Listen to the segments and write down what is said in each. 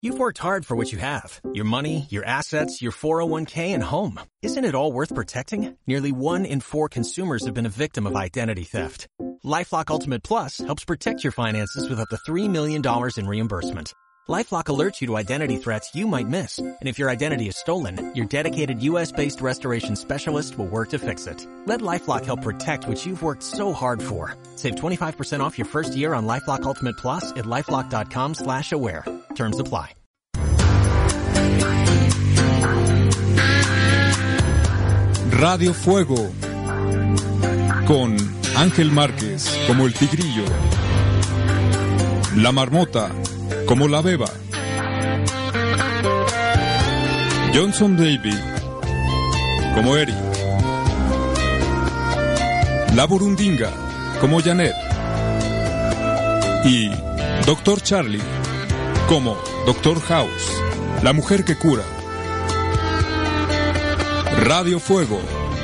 You've worked hard for what you have. Your money, your assets, your 401k, and home. Isn't it all worth protecting? Nearly 1 in 4 consumers have been a victim of identity theft. LifeLock Ultimate Plus helps protect your finances with up to $3 million in reimbursement. LifeLock alerts you to identity threats you might miss. And if your identity is stolen, your dedicated U.S.-based restoration specialist will work to fix it. Let LifeLock help protect what you've worked so hard for. Save 25% off your first year on LifeLock Ultimate Plus at LifeLock.com/aware. Terms apply. Radio Fuego con Ángel Márquez como el Tigrillo, La Marmota como la Beba, Johnson David como Eric, La Burundinga como Janet y Dr. Charlie como Dr. House, la mujer que cura. Radio Fuego.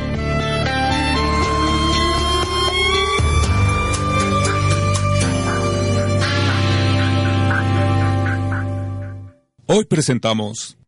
Hoy presentamos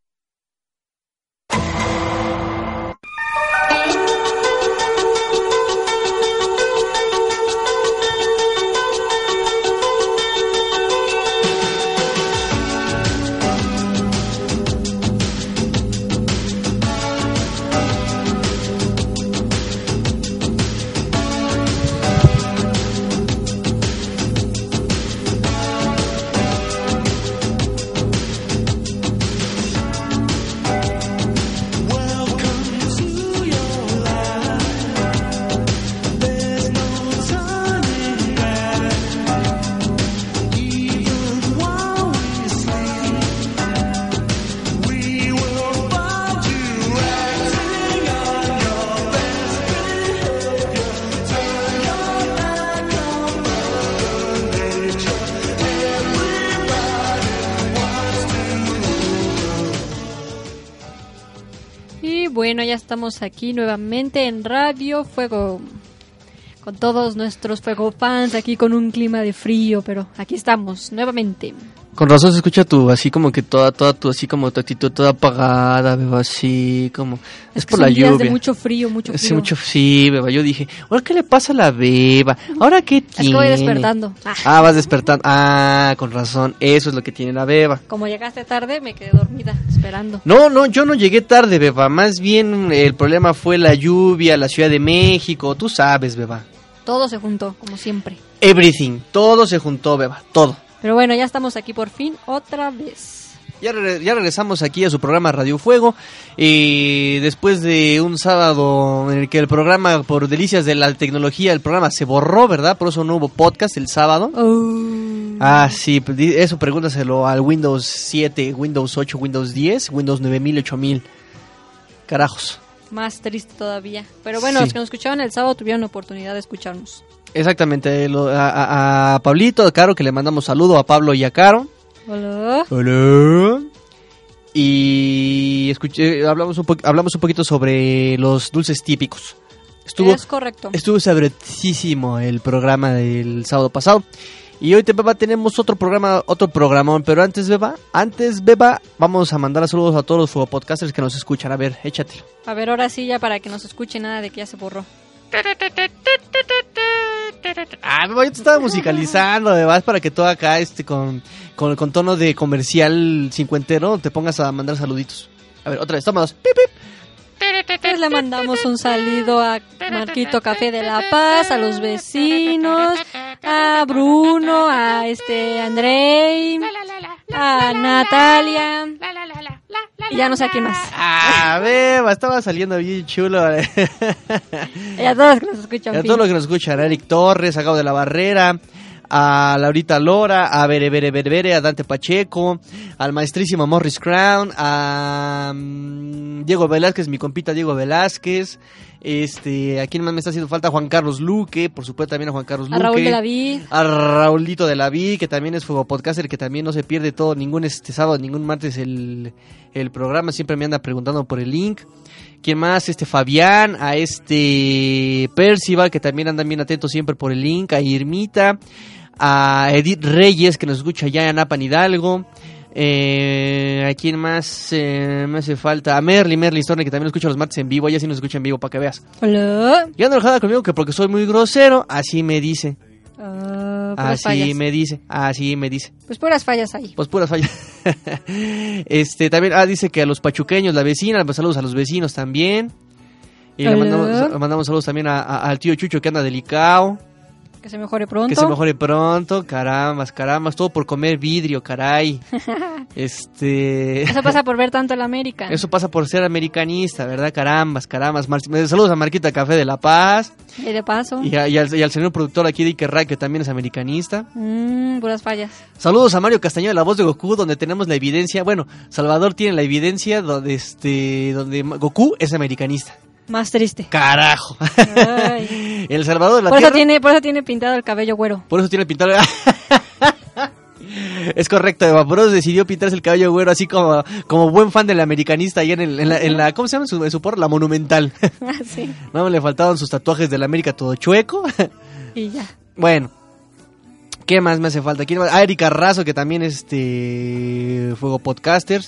Bueno, ya estamos aquí nuevamente en Radio Fuego con todos nuestros Fuego fans aquí con un clima de frío, pero aquí estamos nuevamente. Con razón se escucha tu, así como que toda tu, así como tu actitud toda apagada, beba, así como... Es por la lluvia. De mucho frío. Sí, beba, yo dije, ¿ahora qué le pasa a la beba? ¿Ahora qué tiene? Es que voy despertando. Vas despertando. Con razón, eso es lo que tiene la beba. Como llegaste tarde, me quedé dormida, esperando. No, yo no llegué tarde, beba, más bien el problema fue la lluvia, la Ciudad de México, tú sabes, beba. Todo se juntó, como siempre. Everything, todo se juntó, beba, todo. Pero bueno, ya estamos aquí por fin, otra vez. Ya regresamos aquí a su programa Radio Fuego, después de un sábado en el que el programa, por delicias de la tecnología, el programa se borró, ¿verdad? Por eso no hubo podcast el sábado. Sí, eso pregúntaselo al Windows 7, Windows 8, Windows 10, Windows 9000, 8000. Carajos. Más triste todavía. Pero bueno, sí. Los que nos escuchaban el sábado tuvieron la oportunidad de escucharnos. Exactamente, a Pablito, a Caro, que le mandamos saludo a Pablo y a Caro. Hola. Y hablamos un poquito sobre los dulces típicos. Es correcto. Estuvo sabrosísimo el programa del sábado pasado. Y hoy, Beba, tenemos otro programón. Pero antes, Beba, vamos a mandar saludos a todos los Fuego Podcasters que nos escuchan. A ver, échatelo. A ver, ahora sí, ya para que nos escuche nada de que ya se borró. Beba, yo te estaba musicalizando, Beba, para que tú acá, con tono de comercial cincuentero, te pongas a mandar saluditos. A ver, otra vez, toma dos. Pip, pip. Pues le mandamos un saludo a Marquito Café de La Paz, a los vecinos, a Bruno, a Andrei, a Natalia, y ya no sé a quién más. Beba, estaba saliendo bien chulo. Y a todos los que nos escuchan. A todos los que nos escuchan, a Eric Torres, a Gabo de la Barrera, a Laurita Lora, a Bere, a Dante Pacheco, al maestrísimo Morris Crown, a Diego Velázquez, mi compita Diego Velázquez, ¿a quién más me está haciendo falta? Juan Carlos Luque, por supuesto también a Juan Carlos Luque. A Raúl de la Vid. A Raulito de la Vid, que también es Fuego Podcaster, que también no se pierde ningún sábado, ningún martes el programa, siempre me anda preguntando por el link. ¿Quién más? Fabián, a Percival, que también andan bien atentos siempre por el link, a Irmita, a Edith Reyes, que nos escucha allá en Apan Hidalgo, ¿A quién más me hace falta? A Merly Storni, que también lo escucho los martes en vivo. Ella sí nos escucha en vivo, para que veas. Hola. Y anda enojada conmigo que porque soy muy grosero. Así me dice. Puras fallas. Así me dice. Pues puras fallas ahí. Pues puras fallas. También, dice que a los pachuqueños, la vecina, pues saludos a los vecinos también. Y le mandamos saludos también al tío Chucho, que anda delicado. Que se mejore pronto. Que se mejore pronto, carambas, todo por comer vidrio, caray. Eso pasa por ver tanto el América. Eso pasa por ser americanista, ¿verdad? Carambas. Saludos a Marquita Café de La Paz. Y de paso. Y al señor productor aquí de Ikerra, que también es americanista. Puras fallas. Saludos a Mario Castañeda, la voz de Goku, donde tenemos la evidencia. Bueno, Salvador tiene la evidencia donde Goku es americanista. Más triste. Carajo. Ay. El Salvador de la por Tierra. Eso tiene pintado el cabello güero. Por eso tiene pintado. Es correcto, Eva. Por eso decidió pintarse el cabello güero, así como buen fan del americanista ahí en la ¿cómo se llama su porra? La Monumental. Sí. No, le faltaban sus tatuajes del América todo chueco. Y ya. Bueno. ¿Qué más me hace falta? ¿Quién más? Erika Razo, que también es Fuego Podcaster.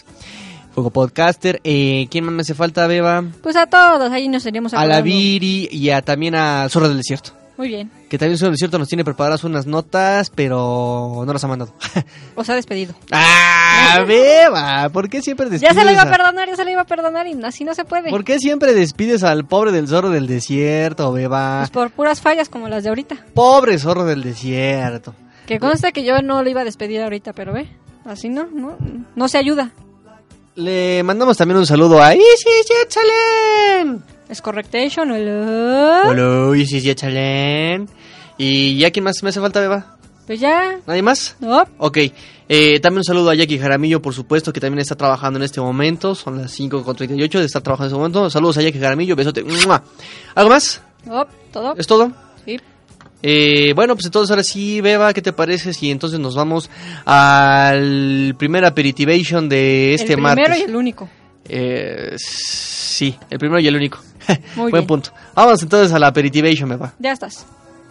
¿Quién más me hace falta, Beba? Pues a todos, ahí nos seríamos acordando. A la Viri y también a Zorro del Desierto. Muy bien. Que también Zorro del Desierto nos tiene preparadas unas notas, pero no las ha mandado. O se ha despedido. Beba, ¿por qué siempre despides? Ya se le iba a perdonar y así no se puede. ¿Por qué siempre despides al pobre del Zorro del Desierto, Beba? Pues por puras fallas como las de ahorita. Pobre Zorro del Desierto. Que consta que yo no lo iba a despedir ahorita, pero así no se ayuda. Le mandamos también un saludo a Isis Yetzalen. Es Correctation, hola. Hola, Isis Yetzalen. ¿Y ya quién más me hace falta, Beba? Pues ya. ¿Nadie más? No. Ok. También un saludo a Jackie Jaramillo, por supuesto, que también está trabajando en este momento. Son las 5:38 de estar trabajando en este momento. Saludos a Jackie Jaramillo, besote. ¡Mua! ¿Algo más? No, todo. ¿Es todo? Sí. Bueno, pues entonces ahora sí, Beba, ¿qué te parece si entonces nos vamos al primer aperitivation de este martes? El primero y el único. Sí, el primero y el único. Muy Buen bien. punto. Vamos entonces al aperitivation, Beba. Ya estás.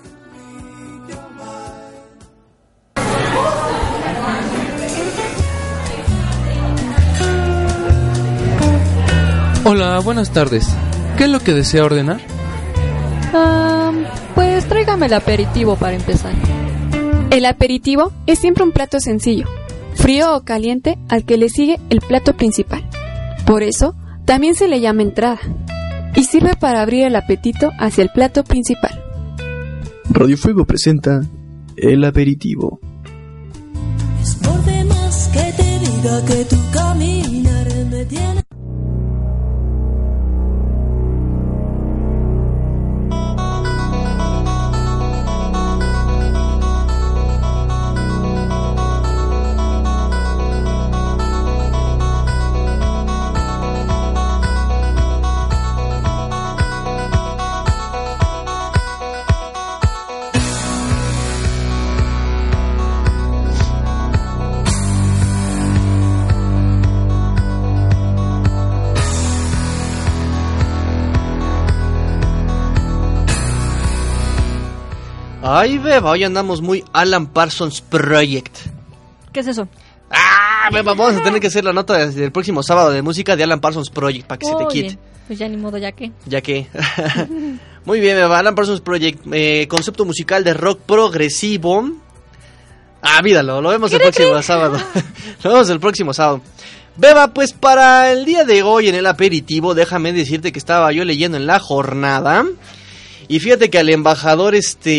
Hola, buenas tardes. ¿Qué es lo que desea ordenar? Pues tráigame el aperitivo para empezar. El aperitivo es siempre un plato sencillo, frío o caliente, al que le sigue el plato principal. Por eso, también se le llama entrada, y sirve para abrir el apetito hacia el plato principal. Radio Fuego presenta el aperitivo. Es por demás que te diga que tu caminar me tiene... Ay, Beba, hoy andamos muy Alan Parsons Project. ¿Qué es eso? Beba, vamos a tener que hacer la nota del próximo sábado de música de Alan Parsons Project para que se te quite. Bien. Pues ya ni modo, ya que. Muy bien, Beba, Alan Parsons Project, concepto musical de rock progresivo. Míralo, lo vemos el próximo sábado. Lo vemos el próximo sábado. Beba, pues para el día de hoy en el aperitivo, déjame decirte que estaba yo leyendo en la jornada. Y fíjate que al embajador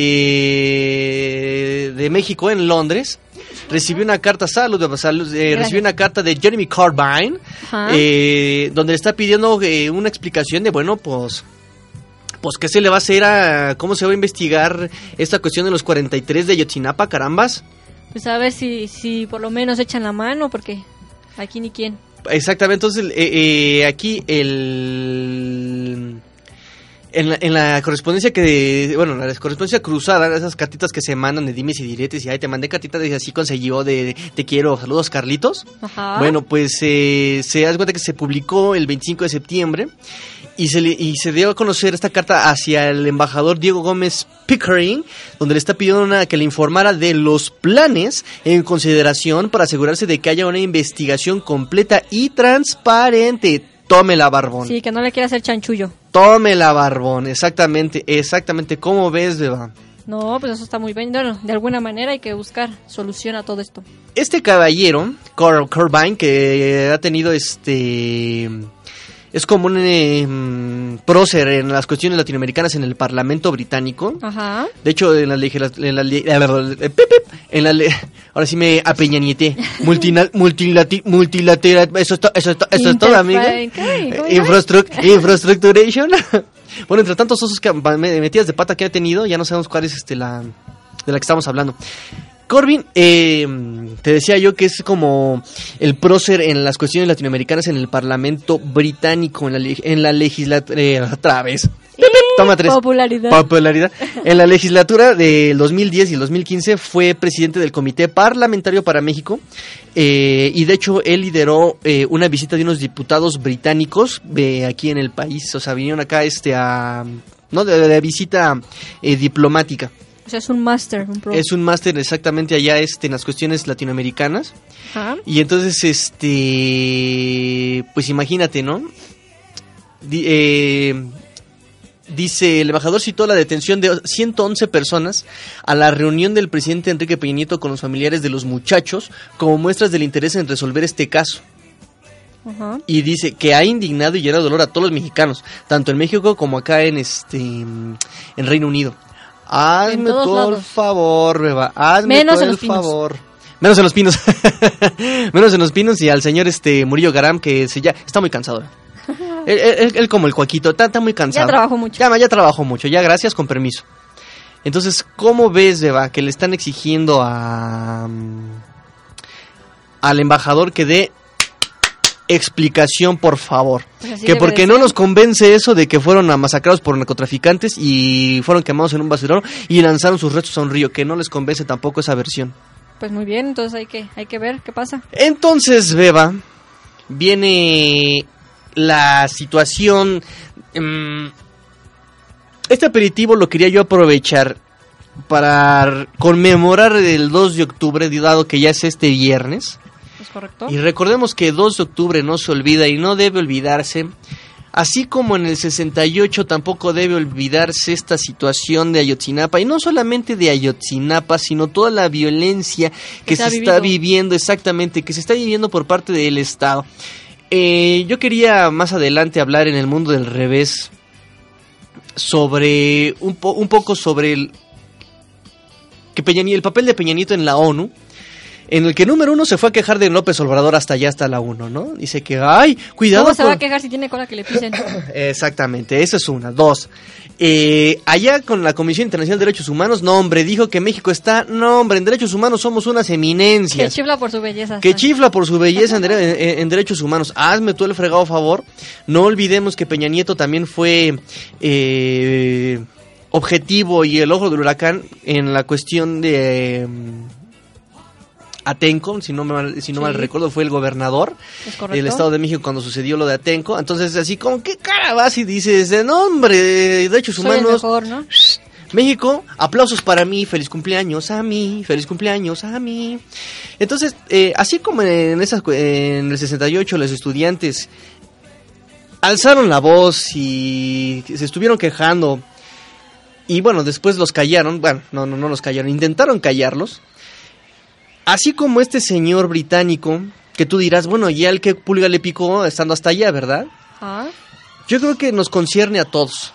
de México en Londres recibió una carta, recibió una carta de Jeremy Corbyn, donde le está pidiendo una explicación de, bueno, pues qué se le va a hacer cómo se va a investigar esta cuestión de los 43 de Ayotzinapa, carambas. Pues a ver si por lo menos echan la mano, porque aquí ni quién. Exactamente, entonces aquí En la correspondencia la correspondencia cruzada, esas cartitas que se mandan de dimes y diretes, y ahí te mandé cartitas de así consiguió de te quiero, saludos Carlitos. Ajá. Bueno, pues se das cuenta que se publicó el 25 de septiembre y se dio a conocer esta carta hacia el embajador Diego Gómez Pickering, donde le está pidiendo que le informara de los planes en consideración para asegurarse de que haya una investigación completa y transparente. Tómela, Barbón. Sí, que no le quiera hacer chanchullo. Tómela, Barbón, exactamente. ¿Cómo ves, Beba? No, pues eso está muy bien. Bueno, de alguna manera hay que buscar solución a todo esto. Este caballero, Corbyn, que ha tenido es como un prócer en las cuestiones latinoamericanas en el Parlamento británico. Ajá. De hecho, ahora sí me apeñanieté. Multilateral, eso es todo, amigo. Infrastructuration. Bueno, entre tantos osos metidas de pata que ha tenido, ya no sabemos cuál es de la que estamos hablando. Corbyn, te decía yo que es como el prócer en las cuestiones latinoamericanas en el Parlamento británico, en la legislatura, otra vez. Toma 3. Popularidad. En la legislatura del 2010 y el 2015 fue presidente del Comité Parlamentario para México, y de hecho él lideró una visita de unos diputados británicos aquí en el país. O sea, vinieron acá de visita diplomática. O sea, es un máster. Es un máster exactamente allá en las cuestiones latinoamericanas. Ajá. Y entonces, pues imagínate, ¿no? Dice, el embajador citó la detención de 111 personas a la reunión del presidente Enrique Peña Nieto con los familiares de los muchachos como muestras del interés en resolver este caso. Ajá. Y dice que ha indignado y llenado de dolor a todos los mexicanos, tanto en México como acá en Reino Unido. Hazme todo el favor, Beba. Hazme todo el favor. Menos en los pinos. Menos en los pinos y al señor Murillo Garam, que ya está muy cansado. Él como el Joaquito, está muy cansado. Ya trabajó mucho. Ya trabajó mucho, ya gracias, con permiso. Entonces, ¿cómo ves, Beba, que le están exigiendo al embajador que dé explicación, por favor? Pues que porque no nos convence eso de que fueron masacrados por narcotraficantes y fueron quemados en un basurero y lanzaron sus restos a un río, que no les convence tampoco esa versión. Pues muy bien, entonces hay que ver qué pasa. Entonces, Beba, viene la situación. Este aperitivo lo quería yo aprovechar para conmemorar el 2 de octubre, dado que ya es este viernes. ¿Es correcto? Y recordemos que 2 de octubre no se olvida y no debe olvidarse. Así como en el 68 tampoco debe olvidarse esta situación de Ayotzinapa. Y no solamente de Ayotzinapa, sino toda la violencia que se está viviendo, exactamente, que se está viviendo por parte del Estado. Yo quería más adelante hablar en el mundo del revés sobre un poco sobre el papel de Peña Nieto en la ONU, en el que número 1 se fue a quejar de López Obrador hasta la 1, ¿no? Dice que, ay, cuidado. ¿Cómo se va a quejar si tiene cola que le pisen? Exactamente, esa es una. 2, allá con la Comisión Internacional de Derechos Humanos, no, hombre, dijo que México está, no, hombre, en derechos humanos somos unas eminencias. Que chifla por su belleza. Que chifla por su belleza en derechos humanos. Hazme tú el fregado favor. No olvidemos que Peña Nieto también fue objetivo y el ojo del huracán en la cuestión de Atenco, si no mal recuerdo, fue el gobernador del Estado de México cuando sucedió lo de Atenco. Entonces, así como, ¿qué cara vas y dices, no, hombre, derechos humanos? El mejor, ¿no? México, aplausos para mí, feliz cumpleaños a mí, feliz cumpleaños a mí. Entonces, así como en el 68 los estudiantes alzaron la voz y se estuvieron quejando, y bueno, después los callaron, bueno, no los callaron, intentaron callarlos. Así como este señor británico, que tú dirás, bueno, ya el que pulga le picó estando hasta allá, ¿verdad? ¿Ah? Yo creo que nos concierne a todos.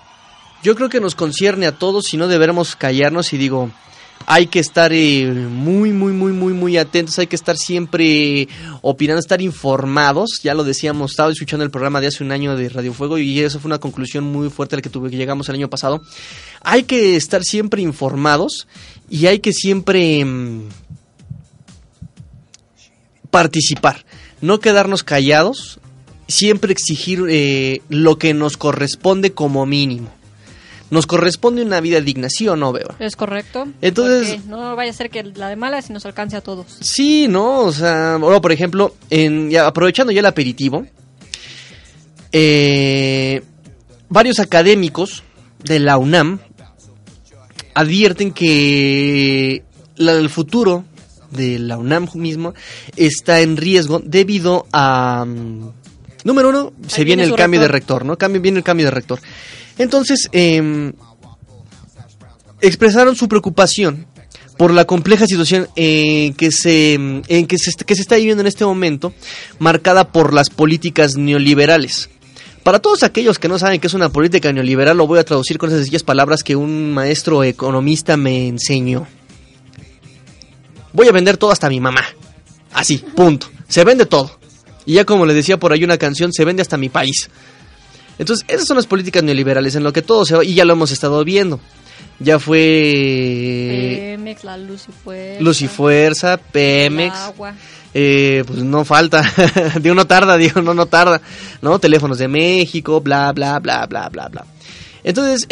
Y no deberemos callarnos. Y digo, hay que estar muy atentos, hay que estar siempre opinando, estar informados. Ya lo decíamos, estaba escuchando el programa de hace un año de Radio Fuego y eso fue una conclusión muy fuerte a la que llegamos el año pasado. Hay que estar siempre informados y hay que siempre participar, no quedarnos callados, siempre exigir lo que nos corresponde como mínimo. Nos corresponde una vida digna, ¿sí o no, Beba? Es correcto. Entonces, porque no vaya a ser que la de malas nos alcance a todos. Sí, no, o sea, bueno, por ejemplo, aprovechando ya el aperitivo, varios académicos de la UNAM advierten que el futuro de la UNAM mismo está en riesgo debido a... número uno, se viene el cambio de rector, ¿no? Viene el cambio de rector. Entonces, expresaron su preocupación por la compleja situación que se está viviendo en este momento, marcada por las políticas neoliberales. Para todos aquellos que no saben qué es una política neoliberal, lo voy a traducir con esas sencillas palabras que un maestro economista me enseñó. Voy a vender todo hasta mi mamá. Así, punto. Se vende todo. Y ya como les decía por ahí una canción, se vende hasta mi país. Entonces, esas son las políticas neoliberales en lo que todo se va, y ya lo hemos estado viendo. Ya fue... Pemex, la Lucifuerza, Pemex. El agua. Pues no falta. no tarda. ¿No? Teléfonos de México, bla, bla, bla, bla, bla, bla. Entonces,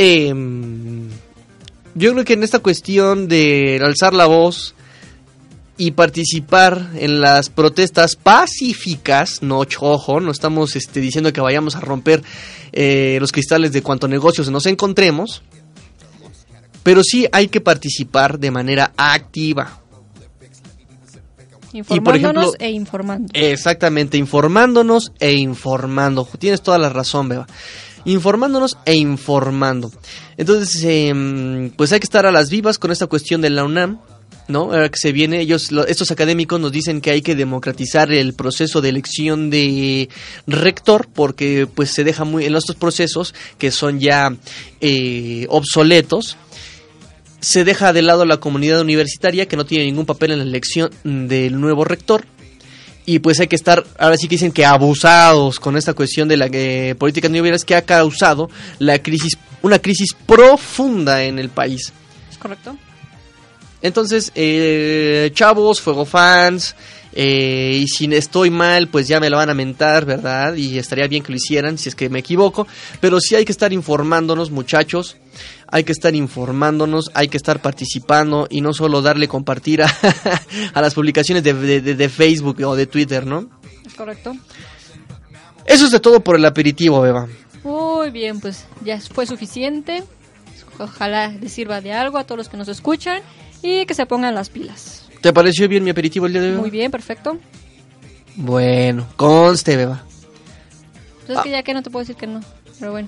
yo creo que en esta cuestión de alzar la voz y participar en las protestas pacíficas, no estamos diciendo que vayamos a romper los cristales de cuanto negocios nos encontremos, pero sí hay que participar de manera activa. Informándonos e informando. Exactamente, informándonos e informando. Tienes toda la razón, Beba. Informándonos e informando. Entonces, pues hay que estar a las vivas con esta cuestión de la UNAM, ¿no? Ahora que se viene, estos académicos nos dicen que hay que democratizar el proceso de elección de rector, porque pues se deja muy en estos procesos que son ya obsoletos. Se deja de lado la comunidad universitaria, que no tiene ningún papel en la elección del nuevo rector. Y pues hay que estar, ahora sí que dicen que abusados con esta cuestión de la política neoliberal que ha causado una crisis profunda en el país. ¿Es correcto? Entonces, chavos, fuego fans, y si estoy mal, pues ya me lo van a mentar, ¿verdad? Y estaría bien que lo hicieran, si es que me equivoco. Pero sí hay que estar informándonos, muchachos. Hay que estar informándonos, hay que estar participando y no solo darle compartir a las publicaciones de Facebook o de Twitter, ¿no? Es correcto. Eso es de todo por el aperitivo, Beba. Muy bien, pues ya fue suficiente. Ojalá les sirva de algo a todos los que nos escuchan y que se pongan las pilas. ¿Te pareció bien mi aperitivo el día de hoy? Muy bien, perfecto. Bueno, conste, Beba. Pues es que ya que no te puedo decir que no, pero bueno.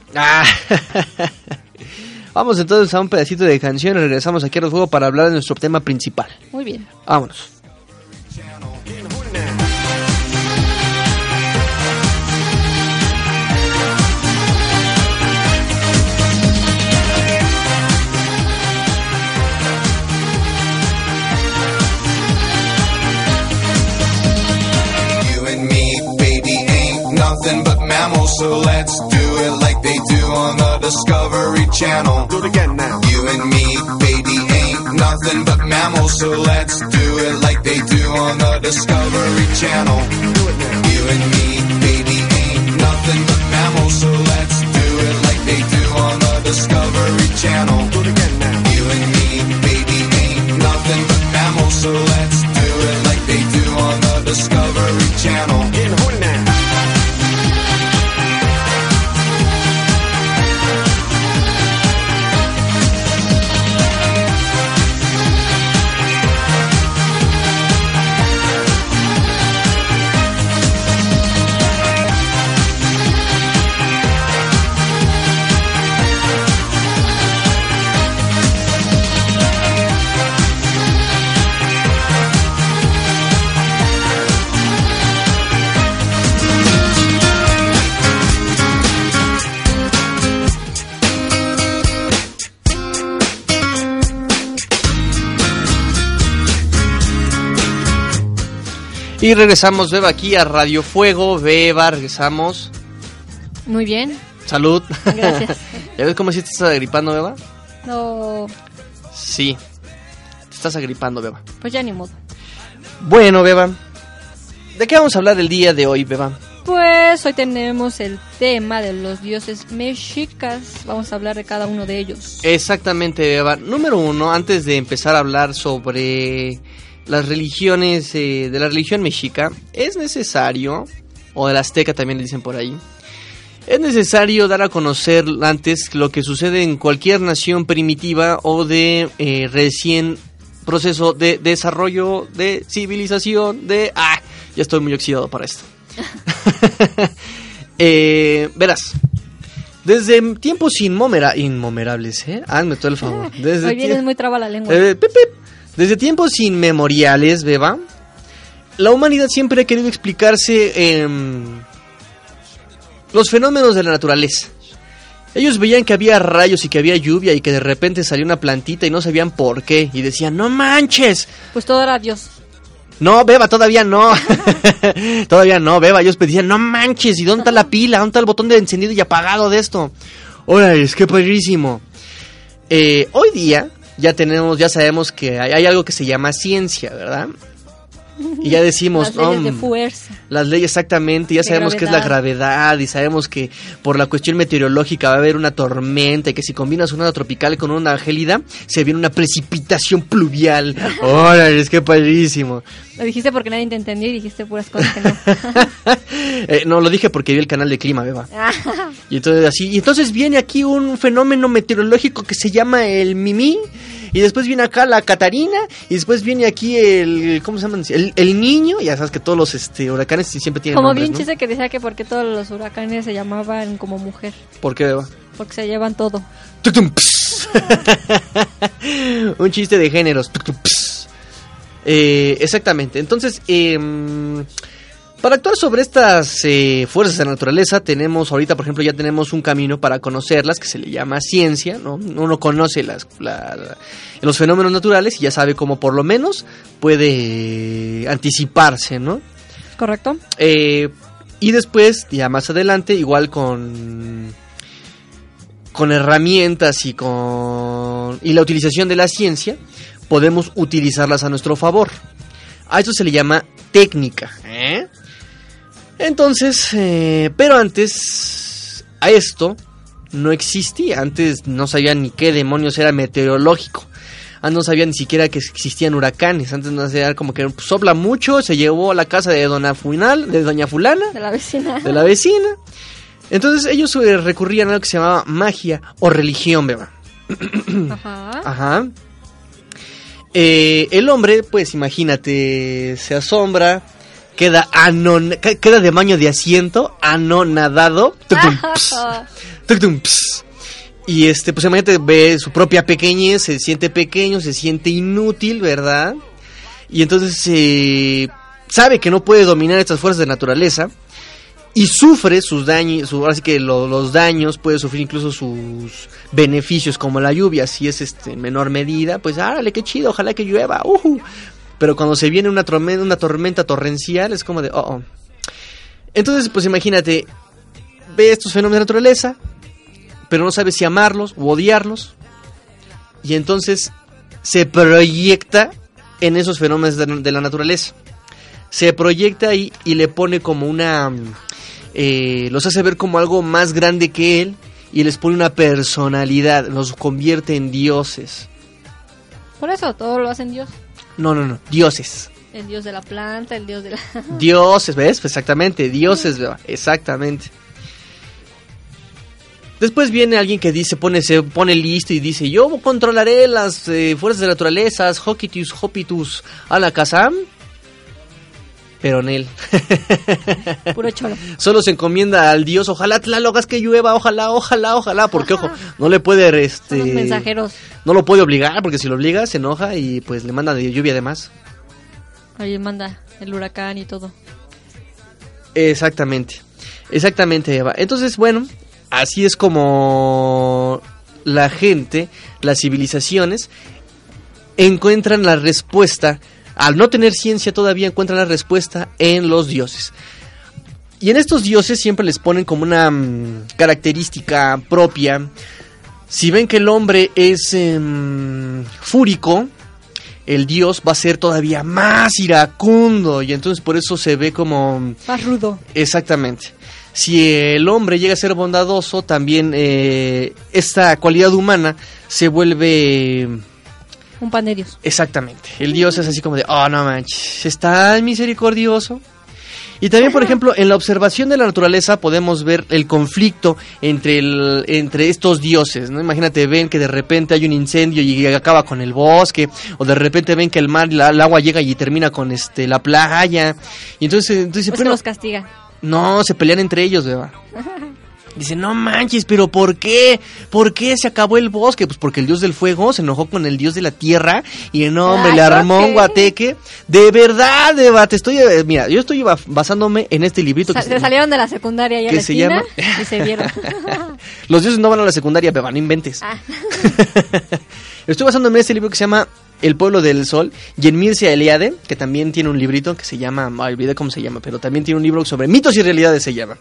Vamos entonces a un pedacito de canción y regresamos aquí a Radio Fuego para hablar de nuestro tema principal. Muy bien. Vámonos. Nothing but mammals, so let's do it like they do on the Discovery Channel. Do it again now. You and me, baby, ain't nothing but mammals, so let's do it like they do on the Discovery Channel. Do it now. You and me, baby, ain't nothing but mammals, so let's do it like they do on the Discovery Channel. Do it again now. You and me, baby, ain't nothing but mammals, so let's do it like they do on the Discovery Channel. Getting horny now. Y regresamos, Beba, aquí a Radio Fuego. Beba, regresamos. Muy bien. Salud. Gracias. ¿Ya ves cómo si te estás agripando, Beba? No. Sí, te estás agripando, Beba. Pues ya ni modo. Bueno, Beba, ¿de qué vamos a hablar el día de hoy, Beba? Pues hoy tenemos el tema de los dioses mexicas. Vamos a hablar de cada uno de ellos. Exactamente, Beba. Número uno, antes de empezar a hablar sobre las religiones de la religión mexica, es necesario, o de la azteca también le dicen por ahí, Es necesario dar a conocer antes lo que sucede en cualquier nación primitiva o de recién proceso de desarrollo, de civilización, ya estoy muy oxidado para esto. Verás, desde tiempos inmemoriales, hazme todo el favor. Hoy vienes muy traba la lengua. Desde tiempos inmemoriales, beba, la humanidad siempre ha querido explicarse los fenómenos de la naturaleza. Ellos veían que había rayos y que había lluvia y que de repente salió una plantita y no sabían por qué. Y decían, ¡no manches! Pues todo era Dios. No, beba, todavía no. Todavía no, beba. Ellos pedían, ¡no manches! ¿Y dónde está la pila? ¿Dónde está el botón de encendido y apagado de esto? ¡Órale, es que padrísimo! Hoy día ya sabemos que hay algo que se llama ciencia, ¿verdad? Y ya decimos, las leyes de fuerza. Las leyes, exactamente, ya sabemos qué es la gravedad y sabemos que por la cuestión meteorológica va a haber una tormenta y que si combinas una tropical con una gélida, se viene una precipitación pluvial. ¡Órale, es que padrísimo! Lo dijiste porque nadie te entendió y dijiste puras cosas que no. No, lo dije porque vi el canal de clima, beba. Y entonces viene aquí un fenómeno meteorológico que se llama el Mimi. Y después viene acá la Catarina. Y después viene aquí el... ¿Cómo se llama? El Niño. Ya sabes que todos los huracanes siempre tienen como nombres, bien ¿no? chiste que decía que porque todos los huracanes se llamaban como mujer. ¿Por qué, beba? Porque se llevan todo. Un chiste de géneros. Exactamente. Entonces, para actuar sobre estas fuerzas de la naturaleza, tenemos ahorita, por ejemplo, ya tenemos un camino para conocerlas que se le llama ciencia, ¿no? Uno conoce los fenómenos naturales y ya sabe cómo por lo menos puede anticiparse, ¿no? Correcto. Y después, ya más adelante, igual con herramientas y la utilización de la ciencia, podemos utilizarlas a nuestro favor. A esto se le llama técnica, Entonces, pero antes a esto no existía. Antes no sabían ni qué demonios era meteorológico. Antes no sabían ni siquiera que existían huracanes. Antes no sabían como que sopla mucho, se llevó a la casa de doña fulana, de la vecina. Entonces ellos recurrían a algo que se llamaba magia o religión, beba. Ajá. El hombre, pues imagínate, se asombra, queda de maño de asiento, anonadado. Y pues imagínate, ve su propia pequeñez, se siente pequeño, se siente inútil, ¿verdad? Y entonces sabe que no puede dominar estas fuerzas de naturaleza y sufre sus daños, así que los daños, puede sufrir incluso sus beneficios como la lluvia, si es en menor medida, pues árale, qué chido, ojalá que llueva, Pero cuando se viene una tormenta torrencial es como de Entonces, pues imagínate, ve estos fenómenos de naturaleza, pero no sabe si amarlos u odiarlos, y entonces se proyecta en esos fenómenos de la naturaleza. Se proyecta ahí y le pone como los hace ver como algo más grande que él y les pone una personalidad, los convierte en dioses. Por eso, todo lo hacen Dios. No, dioses. El dios de la planta, el dios de la... Dioses, ¿ves? Exactamente, dioses, exactamente. Después viene alguien que se pone listo y dice, yo controlaré las fuerzas de la naturaleza, Hokitus, Hopitus, Alakazam. Pero en él. Puro cholo. Solo se encomienda al dios, ojalá Tlaloc, haz que llueva, ojalá, porque ojo, no le puede Son los mensajeros. No lo puede obligar, porque si lo obliga se enoja y pues le manda de lluvia además. Ahí manda el huracán y todo. Exactamente, Eva. Entonces, bueno, así es como la gente, las civilizaciones encuentran la respuesta. Al no tener ciencia todavía encuentran la respuesta en los dioses. Y en estos dioses siempre les ponen como una característica propia. Si ven que el hombre es fúrico, el dios va a ser todavía más iracundo. Y entonces por eso se ve como... más rudo. Exactamente. Si el hombre llega a ser bondadoso, también esta cualidad humana se vuelve... un pan de Dios. Exactamente. El Dios es así como de, no manches, es tan misericordioso Y también, por ejemplo, en la observación de la naturaleza podemos ver el conflicto entre estos dioses, ¿no? Imagínate, ven que de repente hay un incendio y acaba con el bosque, o de repente ven que el mar, el agua llega y termina con la playa. Y entonces Pues pero los castiga. no, se pelean entre ellos, ¿verdad? Dicen, no manches, pero ¿por qué? ¿Por qué se acabó el bosque? Pues porque el dios del fuego se enojó con el dios de la tierra y no, hombre, le armó un guateque. De verdad, mira, yo estoy basándome en este librito que se salieron de la secundaria y a la esquina y se vieron. Los dioses no van a la secundaria, Beba, no inventes. Estoy basándome en este libro que se llama El pueblo del sol, y en Mircea Eliade, que también tiene un librito que se llama, olvidé cómo se llama, pero también tiene un libro sobre mitos y realidades se llama.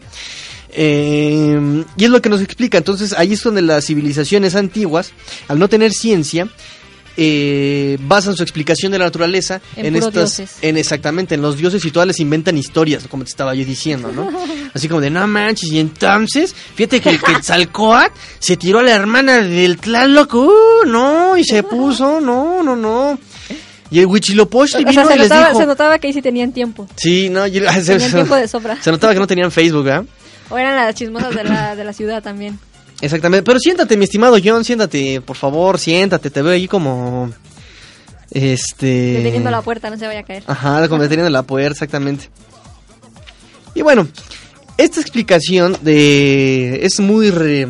Y es lo que nos explica. Entonces ahí es donde las civilizaciones antiguas, al no tener ciencia, basan su explicación de la naturaleza en exactamente en los dioses, y todas les inventan historias, como te estaba yo diciendo, ¿no? Así como de, no manches, y entonces fíjate que el Quetzalcóatl se tiró a la hermana del Tlaloc, no, y se puso, no. Y el Huitzilopochtli vino y les dijo... Se notaba que ahí sí tenían tiempo. Sí, no, tenían tiempo de sobra. Se notaba que no tenían Facebook, ¿eh? O eran las chismosas de la ciudad también. Exactamente, pero siéntate, mi estimado John, siéntate, por favor, siéntate, te veo ahí como... Deteniendo la puerta, no se vaya a caer. Ajá, como deteniendo la puerta, exactamente. Y bueno, esta explicación es muy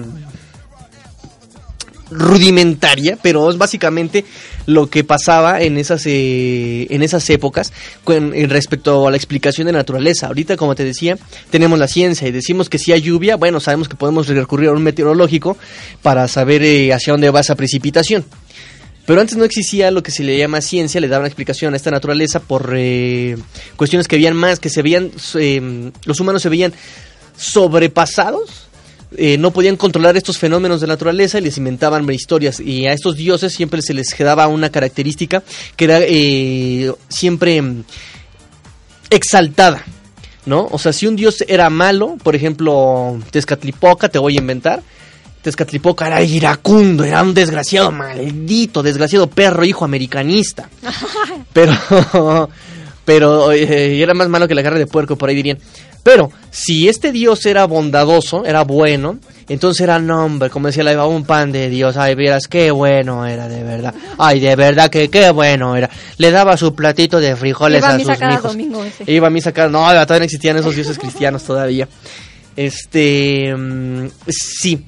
rudimentaria, pero es básicamente lo que pasaba en esas épocas respecto a la explicación de la naturaleza. Ahorita, como te decía, tenemos la ciencia y decimos que si hay lluvia, bueno, sabemos que podemos recurrir a un meteorológico para saber hacia dónde va esa precipitación. Pero antes no existía lo que se le llama ciencia, le daban explicación a esta naturaleza por cuestiones que habían más, que se veían, los humanos se veían sobrepasados. No podían controlar estos fenómenos de la naturaleza y les inventaban historias, y a estos dioses siempre se les daba una característica que era siempre exaltada, ¿no? O sea, si un dios era malo, por ejemplo, Tezcatlipoca, te voy a inventar, Tezcatlipoca era iracundo, era un desgraciado, maldito, desgraciado perro, hijo americanista, pero era más malo que la carne de puerco, por ahí dirían. Pero si este dios era bondadoso, era bueno, entonces era nombre, como decía la Eva, un pan de Dios. Ay, vieras qué bueno era, de verdad. Ay, de verdad que qué bueno era. Le daba su platito de frijoles a sus hijos. Iba a misa cada domingo ese. Iba a misa cada... No, todavía no existían esos dioses cristianos todavía. Sí.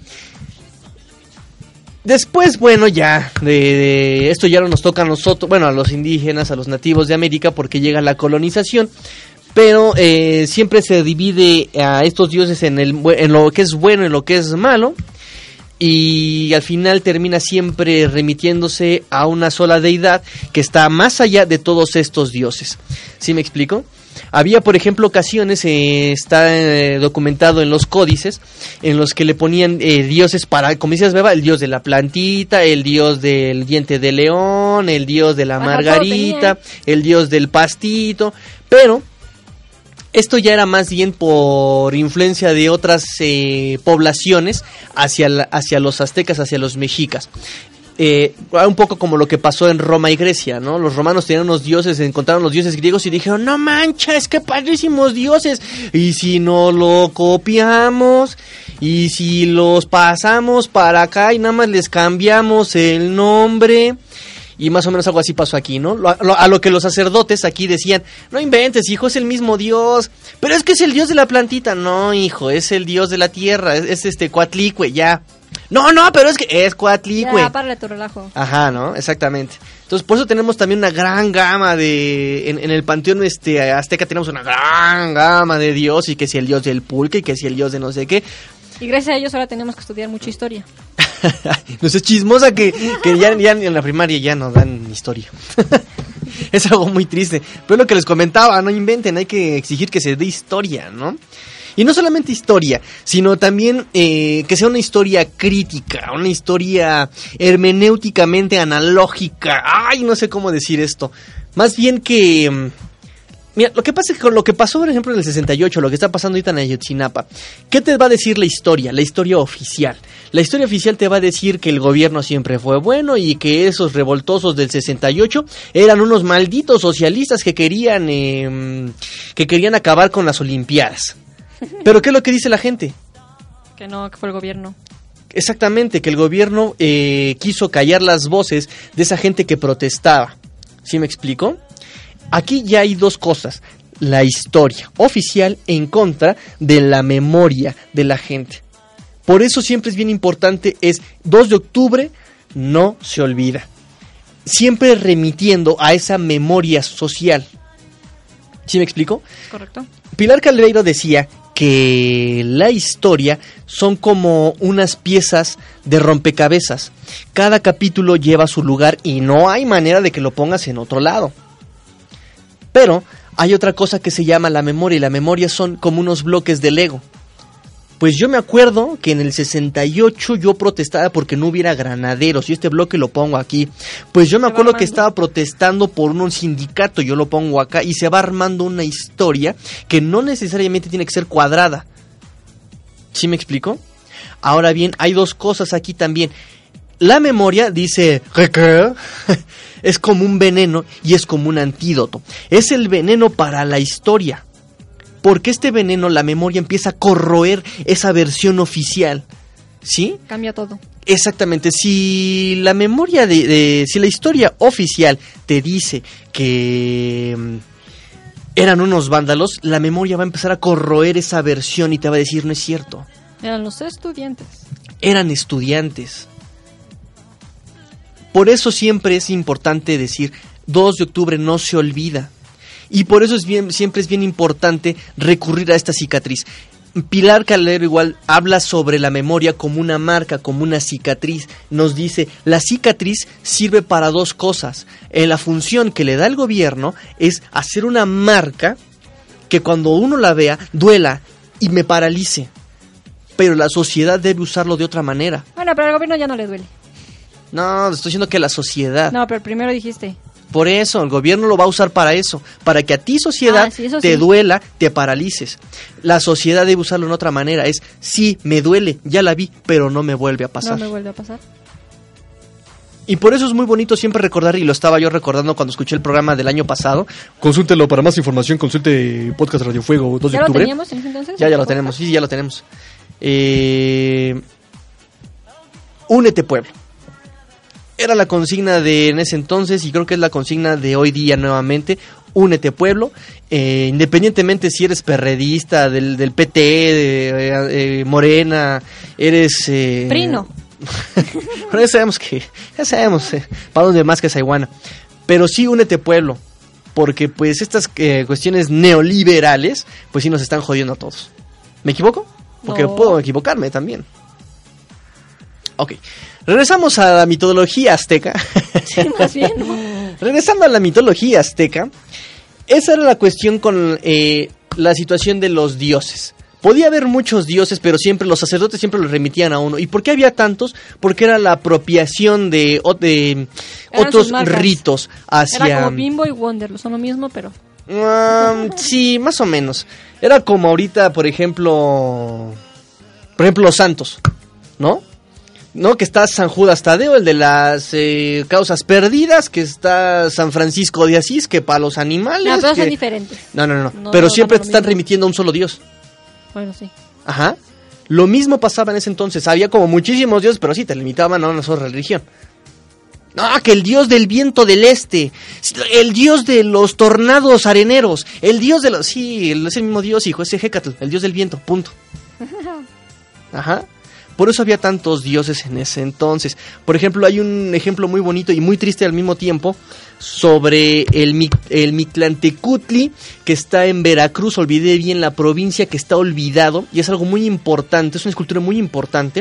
Después, bueno, ya, de esto ya no nos toca a nosotros, bueno, a los indígenas, a los nativos de América, porque llega la colonización. Pero siempre se divide a estos dioses en lo que es bueno y lo que es malo, y al final termina siempre remitiéndose a una sola deidad que está más allá de todos estos dioses. ¿Sí me explico? Había, por ejemplo, ocasiones, está documentado en los códices, en los que le ponían dioses para, como dices, Beba, el dios de la plantita, el dios del diente de león, el dios de la margarita, el dios del pastito, pero... esto ya era más bien por influencia de otras poblaciones hacia los aztecas, hacia los mexicas. Un poco como lo que pasó en Roma y Grecia, ¿no? Los romanos tenían unos dioses, encontraron los dioses griegos y dijeron, no manches, qué padrísimos dioses. Y si no lo copiamos, y si los pasamos para acá y nada más les cambiamos el nombre... Y más o menos algo así pasó aquí, ¿no? A lo que los sacerdotes aquí decían, no inventes, hijo, es el mismo Dios. Pero es que es el Dios de la plantita. No, hijo, es el Dios de la tierra, es Coatlicue, ya. No, pero es que es Coatlicue. Ya, párale tu relajo. Ajá, ¿no? Exactamente. Entonces, por eso tenemos también una gran gama en el panteón azteca tenemos una gran gama de Dios, y que si el Dios del pulque, y que si el Dios de no sé qué. Y gracias a ellos ahora tenemos que estudiar mucha historia. No sé, chismosa que ya en la primaria ya nos dan historia. Es algo muy triste. Pero lo que les comentaba, no inventen, hay que exigir que se dé historia, ¿no? Y no solamente historia, sino también que sea una historia crítica, una historia hermenéuticamente analógica. Ay, no sé cómo decir esto. Más bien que Mira, lo que pasa es que con lo que pasó, por ejemplo, en el 68, lo que está pasando ahorita en Ayotzinapa, ¿qué te va a decir la historia oficial? La historia oficial te va a decir que el gobierno siempre fue bueno y que esos revoltosos del 68 eran unos malditos socialistas que querían acabar con las Olimpiadas. ¿Pero qué es lo que dice la gente? Que no, que fue el gobierno. Exactamente, que el gobierno quiso callar las voces de esa gente que protestaba. ¿Sí me explico? Aquí ya hay dos cosas. La historia oficial en contra de la memoria de la gente. Por eso siempre es bien importante, es 2 de octubre, no se olvida. Siempre remitiendo a esa memoria social. ¿Sí me explico? Correcto. Pilar Caldeiro decía que la historia son como unas piezas de rompecabezas. Cada capítulo lleva su lugar y no hay manera de que lo pongas en otro lado. Pero hay otra cosa que se llama la memoria, y la memoria son como unos bloques de Lego. Pues yo me acuerdo que en el 68 yo protestaba porque no hubiera granaderos, y este bloque lo pongo aquí. Pues yo me acuerdo que estaba protestando por un sindicato, yo lo pongo acá, y se va armando una historia que no necesariamente tiene que ser cuadrada. ¿Sí me explico? Ahora bien, hay dos cosas aquí también. La memoria, dice, es como un veneno y es como un antídoto. Es el veneno para la historia. Porque este veneno, la memoria, empieza a corroer esa versión oficial. ¿Sí? Cambia todo. Exactamente. Si la memoria si la historia oficial te dice que eran unos vándalos, la memoria va a empezar a corroer esa versión y te va a decir, no es cierto. Eran los estudiantes. Eran estudiantes. Por eso siempre es importante decir, 2 de octubre no se olvida. Y por eso siempre es bien importante recurrir a esta cicatriz. Pilar Caldeiro igual habla sobre la memoria como una marca, como una cicatriz. Nos dice, la cicatriz sirve para 2 cosas. La función que le da el gobierno es hacer una marca que cuando uno la vea, duela y me paralice. Pero la sociedad debe usarlo de otra manera. Bueno, pero al gobierno ya no le duele. No, estoy diciendo que la sociedad. No, pero primero dijiste. Por eso, el gobierno lo va a usar para eso. Para que a ti, sociedad, te duela, te paralices. La sociedad debe usarlo en otra manera. Es, sí, me duele, ya la vi, pero no me vuelve a pasar. No me vuelve a pasar. Y por eso es muy bonito siempre recordar, y lo estaba yo recordando cuando escuché el programa del año pasado. Consúltelo para más información, consulte Podcast Radio Fuego 2 de octubre. ¿Ya lo teníamos en ese entonces? Ya lo tenemos, sí, ya lo tenemos. Únete, pueblo. Era la consigna de en ese entonces y creo que es la consigna de hoy día nuevamente. Únete, pueblo. Independientemente si eres perredista, del PT, de Morena, eres... Prino. Bueno, ya sabemos para dónde más que esa iguana. Pero sí, únete, pueblo. Porque pues estas cuestiones neoliberales pues sí nos están jodiendo a todos. ¿Me equivoco? Porque No. puedo equivocarme también. Ok. Regresamos a la mitología azteca. Sí, más bien, ¿no? Regresando a la mitología azteca, esa era la cuestión con la situación de los dioses. Podía haber muchos dioses, pero siempre los sacerdotes siempre los remitían a uno. ¿Y por qué había tantos? Porque era la apropiación de otros ritos hacia... Era como Bimbo y Wonder, son lo mismo, pero... sí, más o menos. Era como ahorita, por ejemplo, los santos, ¿no? ¿No? Que está San Judas Tadeo, el de las causas perdidas, que está San Francisco de Asís, que para los animales... No, todos son diferentes. No. Pero siempre te están remitiendo a un solo dios. Bueno, sí. Ajá. Lo mismo pasaba en ese entonces. Había como muchísimos dioses, pero sí, te limitaban a una sola religión. No, que el dios del viento del este, el dios de los tornados areneros, el dios de los... Sí, es el mismo dios, hijo, ese Hécatl, el dios del viento, punto. Ajá. Por eso había tantos dioses en ese entonces. Por ejemplo, hay un ejemplo muy bonito y muy triste al mismo tiempo sobre el Mictlantecutli, que está en Veracruz. Olvidé bien la provincia, que está olvidado. Y es algo muy importante, es una escultura muy importante.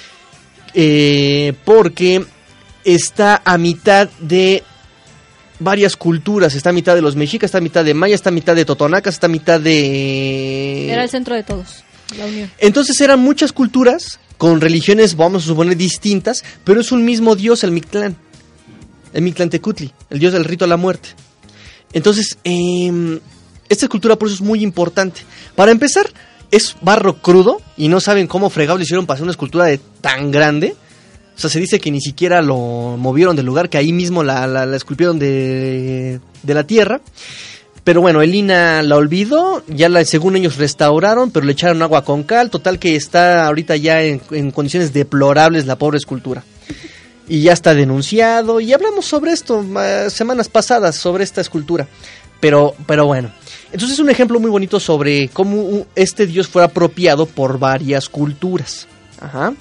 Porque está a mitad de varias culturas. Está a mitad de los mexicas, está a mitad de mayas, está a mitad de totonacas, está a mitad de... Era el centro de todos, la unión. Entonces eran muchas culturas con religiones, vamos a suponer, distintas, pero es un mismo dios, el Mictlán, el Mictlantecutli, el dios del rito a la muerte. Entonces, esta escultura por eso es muy importante. Para empezar, es barro crudo y no saben cómo fregados le hicieron para hacer una escultura de tan grande. O sea, se dice que ni siquiera lo movieron del lugar, que ahí mismo la esculpieron de la tierra. Pero bueno, el INAH la olvidó, según ellos restauraron, pero le echaron agua con cal, total que está ahorita ya en condiciones deplorables la pobre escultura. Y ya está denunciado, y hablamos sobre esto semanas pasadas, sobre esta escultura. Pero bueno, entonces es un ejemplo muy bonito sobre cómo este dios fue apropiado por varias culturas. Ajá.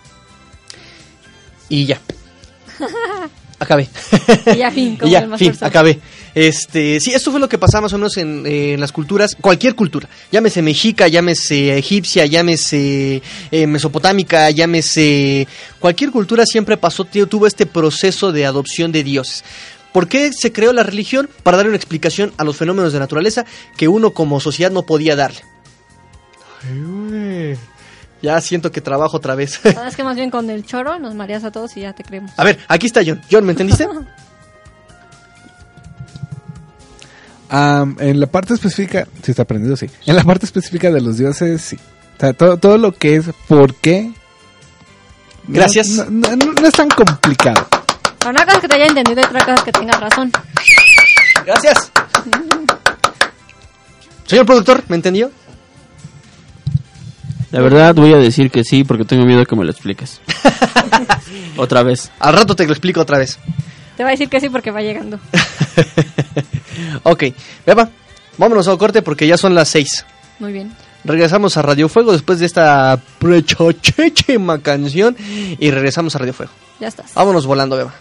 Y ya. Acabé. Y ya, fin. Como ya, fin, acabé. Sí, esto fue lo que pasaba más o menos en las culturas, cualquier cultura, llámese mexica, llámese egipcia, llámese mesopotámica, llámese cualquier cultura siempre tuvo este proceso de adopción de dioses. ¿Por qué se creó la religión? Para darle una explicación a los fenómenos de naturaleza que uno como sociedad no podía darle. Ay, ya siento que trabajo otra vez. Es que más bien con el choro nos mareas a todos y ya te creemos. A ver, aquí está John. John, ¿me entendiste? En la parte específica, sí está aprendido, sí. En la parte específica de los dioses, sí. O sea, todo lo que es por qué. Gracias. No es tan complicado. Una cosa es que te haya entendido y otra cosa es que tengas razón. Gracias. Señor productor, ¿me entendió? La verdad voy a decir que sí porque tengo miedo de que me lo expliques. Otra vez. Al rato te lo explico otra vez. Te va a decir que sí porque va llegando. Ok, Beba, vámonos a corte porque ya son las 6. Muy bien. Regresamos a Radio Fuego después de esta prechochechema canción y regresamos a Radio Fuego. Ya estás. Vámonos volando, Beba.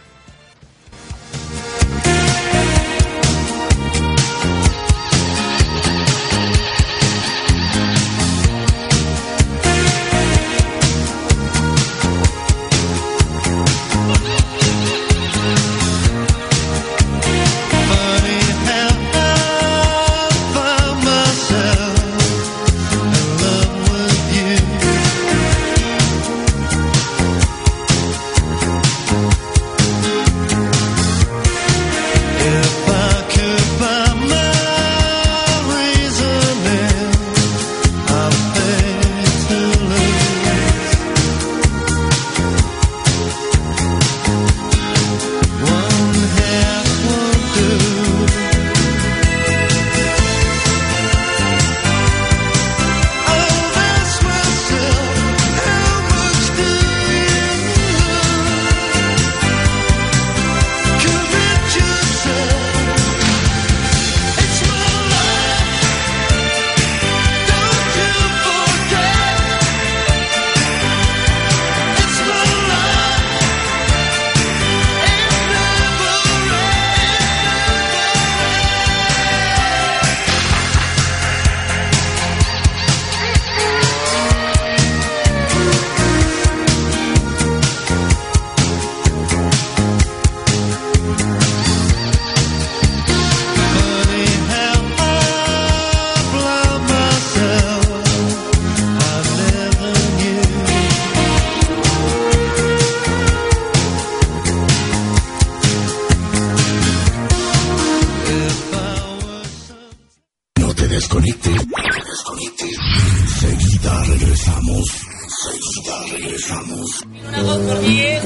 regresamos. Una 2x10.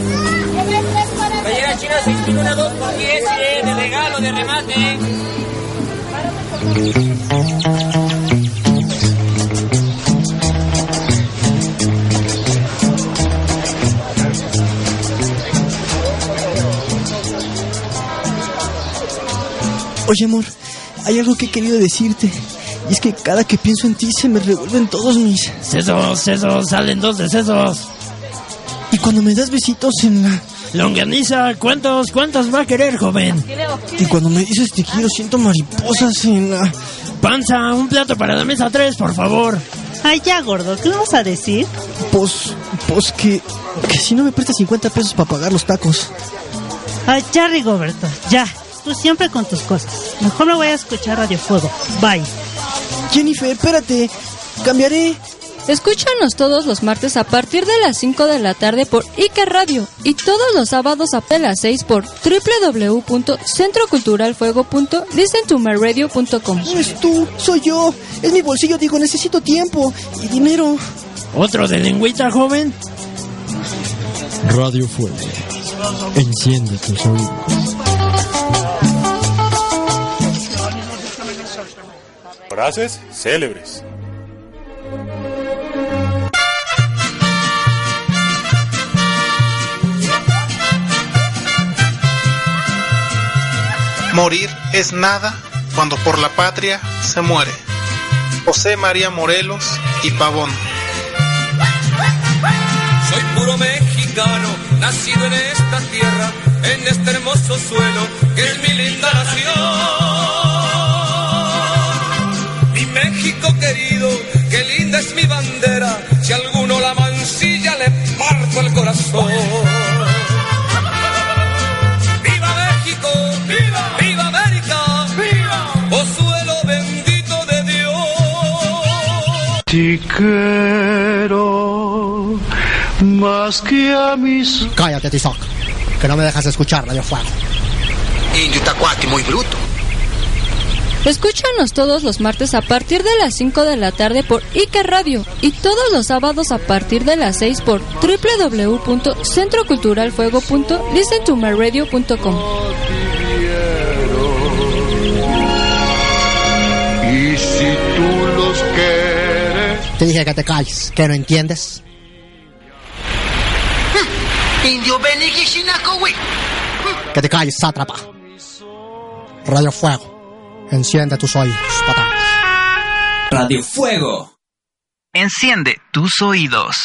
Playera china 6.000, una 2x10 de regalo, de remate. Oye, amor, hay algo que he querido decirte. Y es que cada que pienso en ti se me revuelven todos mis... Sesos, salen 2 de sesos. Y cuando me das besitos en la... Longaniza, ¿cuántos va a querer, joven? Y cuando me dices te quiero siento mariposas en la... Panza, un plato para la mesa 3, por favor. Ay, ya, gordo, ¿qué vas a decir? Pues que si no me prestas 50 pesos para pagar los tacos. Ay, ya, Rigoberto, ya. Tú siempre con tus cosas. Mejor me voy a escuchar Radio Fuego. Bye. Jennifer, espérate. Cambiaré. Escúchanos todos los martes a partir de las 5 de la tarde por Iker Radio y todos los sábados a las 6 por www.centroculturalfuego.listentomyradio.com. Eres tú, soy yo. Es mi bolsillo, digo, necesito tiempo y dinero. ¿Otro de lengüita, joven? Radio Fuego. Enciende tus oídos. Frases célebres. Morir es nada cuando por la patria se muere. José María Morelos y Pavón. Soy puro mexicano, nacido en esta tierra, en este hermoso suelo que es mi linda nación. Mi México querido, qué linda es mi bandera, si alguno la mancilla le parto el corazón. ¡Viva México! ¡Viva! ¡Viva América! ¡Viva! ¡Oh suelo bendito de Dios! Te quiero más que a mis... Cállate, Tizoc, que no me dejas escuchar Radio Fuego. Indio Tacuate, muy bruto. Escúchanos todos los martes a partir de las 5 de la tarde por Iker Radio y todos los sábados a partir de las 6 por www.centroculturalfuego.listentomyradio.com. Y si tú los quieres... Te dije que te calles, ¿que no entiendes? Indio Benigishinaco, güey. Que te calles, sátrapa. Radio Fuego. Enciende tus oídos, patán. Radio Fuego. Enciende tus oídos.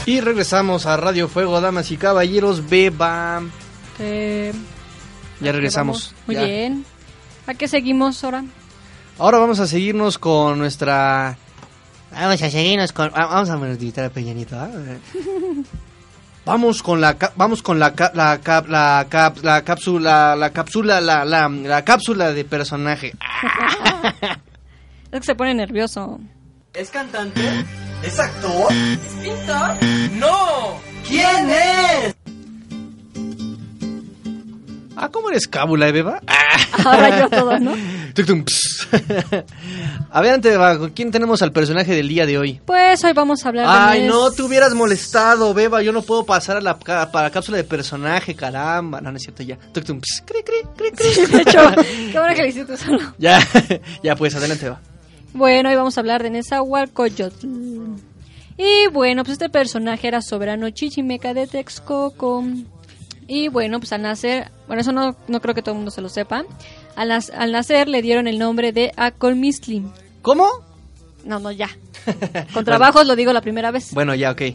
Y regresamos a Radio Fuego, damas y caballeros. Beba. Ya regresamos. Muy ya. bien. ¿A qué seguimos ahora? Ahora vamos a seguirnos con nuestra... Vamos a seguirnos con... Vamos a invitar a Peñanito, ¿eh? Vamos con la cápsula de personaje. Es que se pone nervioso. ¿Es cantante? ¿Es actor? ¿Es pintor? ¡No! ¿Quién es? ¿Cómo eres cábula, Beba? Ahora yo todo, ¿no? Adelante, Beba, ¿con quién tenemos al personaje del día de hoy? Pues hoy vamos a hablar de... Ay, no, te hubieras molestado, Beba, yo no puedo pasar para la cápsula de personaje, caramba. No es cierto, ya. De hecho, qué bueno que le hiciste solo. Ya, pues, adelante, Beba. Bueno, hoy vamos a hablar de Nezahualcóyotl. Y bueno, pues este personaje era soberano chichimeca de Texcoco. Y bueno, pues al nacer, bueno, eso no creo que todo el mundo se lo sepa. Al nacer le dieron el nombre de Acolmistli. ¿Cómo? No, ya. Con trabajos lo digo la primera vez. Bueno, ya, ok.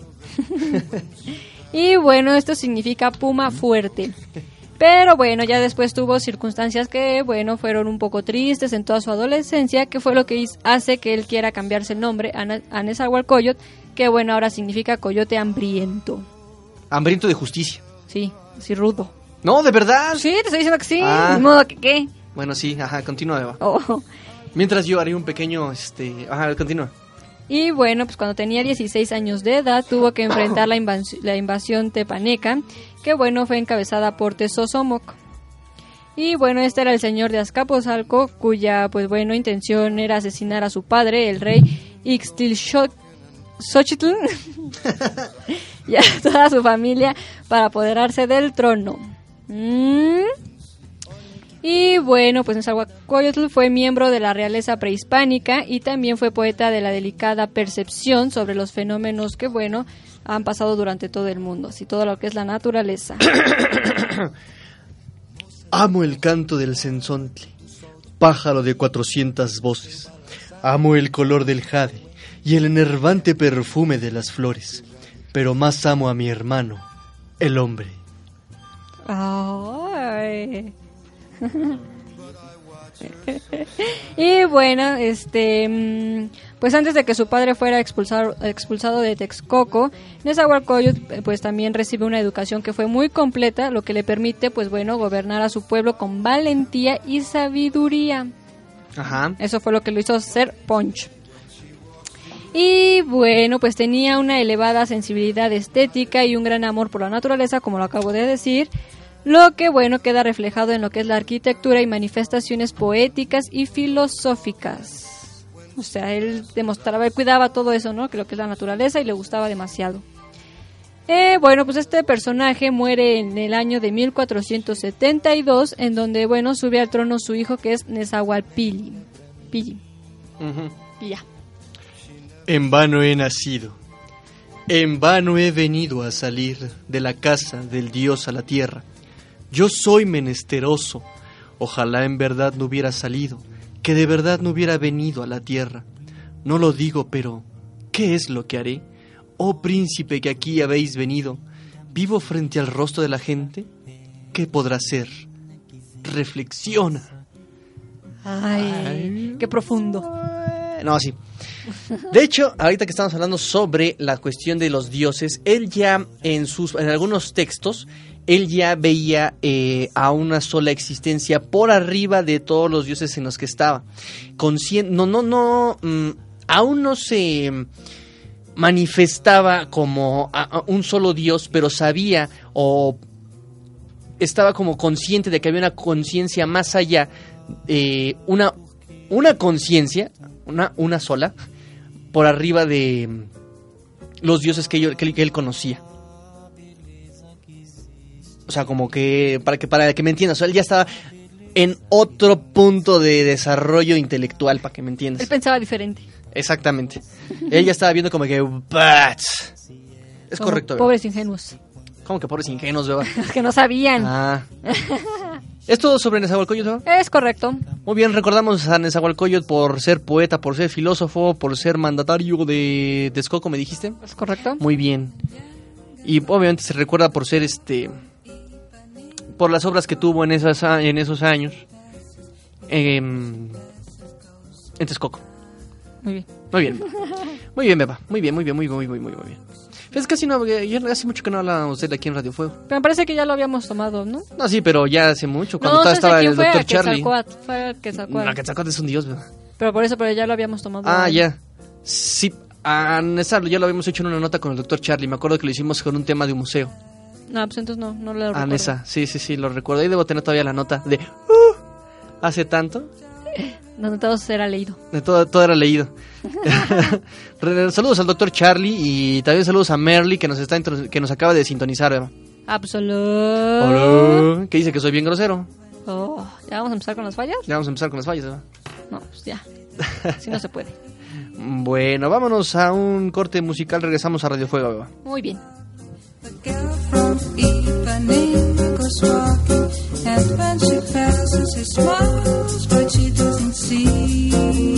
Y bueno, esto significa puma fuerte. Pero bueno, ya después tuvo circunstancias que, bueno, fueron un poco tristes en toda su adolescencia, que fue lo que hace que él quiera cambiarse el nombre a Nezahualcóyotl, que bueno, ahora significa coyote hambriento. Hambriento de justicia. Sí, así rudo. No, ¿de verdad? Sí, te estoy diciendo que sí, de modo que ¿qué? Bueno, sí, continúa, Eva. Oh. Mientras yo haré un pequeño, continúa. Y bueno, pues cuando tenía 16 años de edad, tuvo que enfrentar la invasión tepaneca, que bueno, fue encabezada por Tezosomoc. Y bueno, este era el señor de Azcapotzalco, cuya, pues bueno, intención era asesinar a su padre, el rey Ixtlilxochitl, y a toda su familia para apoderarse del trono. Y bueno, pues Nezahualcóyotl fue miembro de la realeza prehispánica y también fue poeta de la delicada percepción sobre los fenómenos que, bueno, han pasado durante todo el mundo, así todo lo que es la naturaleza. Amo el canto del cenzontle, pájaro de 400 voces. Amo el color del jade y el enervante perfume de las flores. Pero más amo a mi hermano, el hombre. Ay. Y bueno, pues antes de que su padre fuera expulsado de Texcoco, Nezahualcóyotl pues también recibe una educación que fue muy completa, lo que le permite pues bueno gobernar a su pueblo con valentía y sabiduría. Ajá. Eso fue lo que lo hizo ser Punch. Y bueno, pues tenía una elevada sensibilidad estética y un gran amor por la naturaleza, como lo acabo de decir. Lo que, bueno, queda reflejado en lo que es la arquitectura y manifestaciones poéticas y filosóficas. O sea, él demostraba, él cuidaba todo eso, ¿no? Que lo que es la naturaleza y le gustaba demasiado. Bueno, pues este personaje muere en el año de 1472, en donde, bueno, sube al trono su hijo, que es Nezahualpilli. Y ya. En vano he nacido, en vano he venido a salir de la casa del Dios a la tierra. Yo soy menesteroso, ojalá en verdad no hubiera salido, que de verdad no hubiera venido a la tierra. No lo digo, pero ¿qué es lo que haré? Oh príncipe que aquí habéis venido, ¿vivo frente al rostro de la gente? ¿Qué podrá ser? Reflexiona. Ay, qué profundo. No, sí. De hecho, ahorita que estamos hablando sobre la cuestión de los dioses, él ya en algunos textos, él ya veía a una sola existencia por arriba de todos los dioses en los que estaba. Aún no se manifestaba como a un solo dios, pero sabía o estaba como consciente de que había una conciencia más allá, una conciencia, una sola, por arriba de los dioses que él conocía. O sea, como que para que me entiendas, o sea, él ya estaba en otro punto de desarrollo intelectual, para que me entiendas. Él pensaba diferente. Exactamente. Él ya estaba viendo como que... Es correcto. Pobres ingenuos. ¿Cómo que pobres ingenuos, beba? Los que no sabían. ¿Es todo sobre Nezahualcóyotl? Es correcto. Muy bien, recordamos a Nezahualcóyotl por ser poeta, por ser filósofo, por ser mandatario de Texcoco, ¿me dijiste? Es correcto. Muy bien. Y obviamente se recuerda por ser por las obras que tuvo en esos años en Texcoco. Muy bien. Muy bien. Muy bien, Beba. Muy bien. Es casi no, ya hace mucho que no hablábamos de él aquí en Radio Fuego. Pero me parece que ya lo habíamos tomado, ¿no? No, sí, pero ya hace mucho, cuando estaba el Dr. Charlie. Fue a Quetzalcóatl. No, Quetzalcóatl es un dios, Beba. Pero ya lo habíamos tomado. Ah, ya. Sí, ya lo habíamos hecho en una nota con el Dr. Charlie. Me acuerdo que lo hicimos con un tema de un museo. No, pues entonces no lo recuerdo. Nesa, sí, lo recuerdo. Ahí debo tener todavía la nota de... ¿hace tanto? Donde todo era leído. Todo era leído. Saludos al Dr. Charlie y también saludos a Merly que nos acaba de sintonizar, Eva. Absoluto. Hola. Que dice que soy bien grosero. Oh, ¿ya vamos a empezar con las fallas? Ya vamos a empezar con las fallas, Eva. No, pues ya. Si no se puede. Bueno, vámonos a un corte musical. Regresamos a Radio Fuego, Eva. Muy bien. And when she passes, she smiles, but she doesn't see.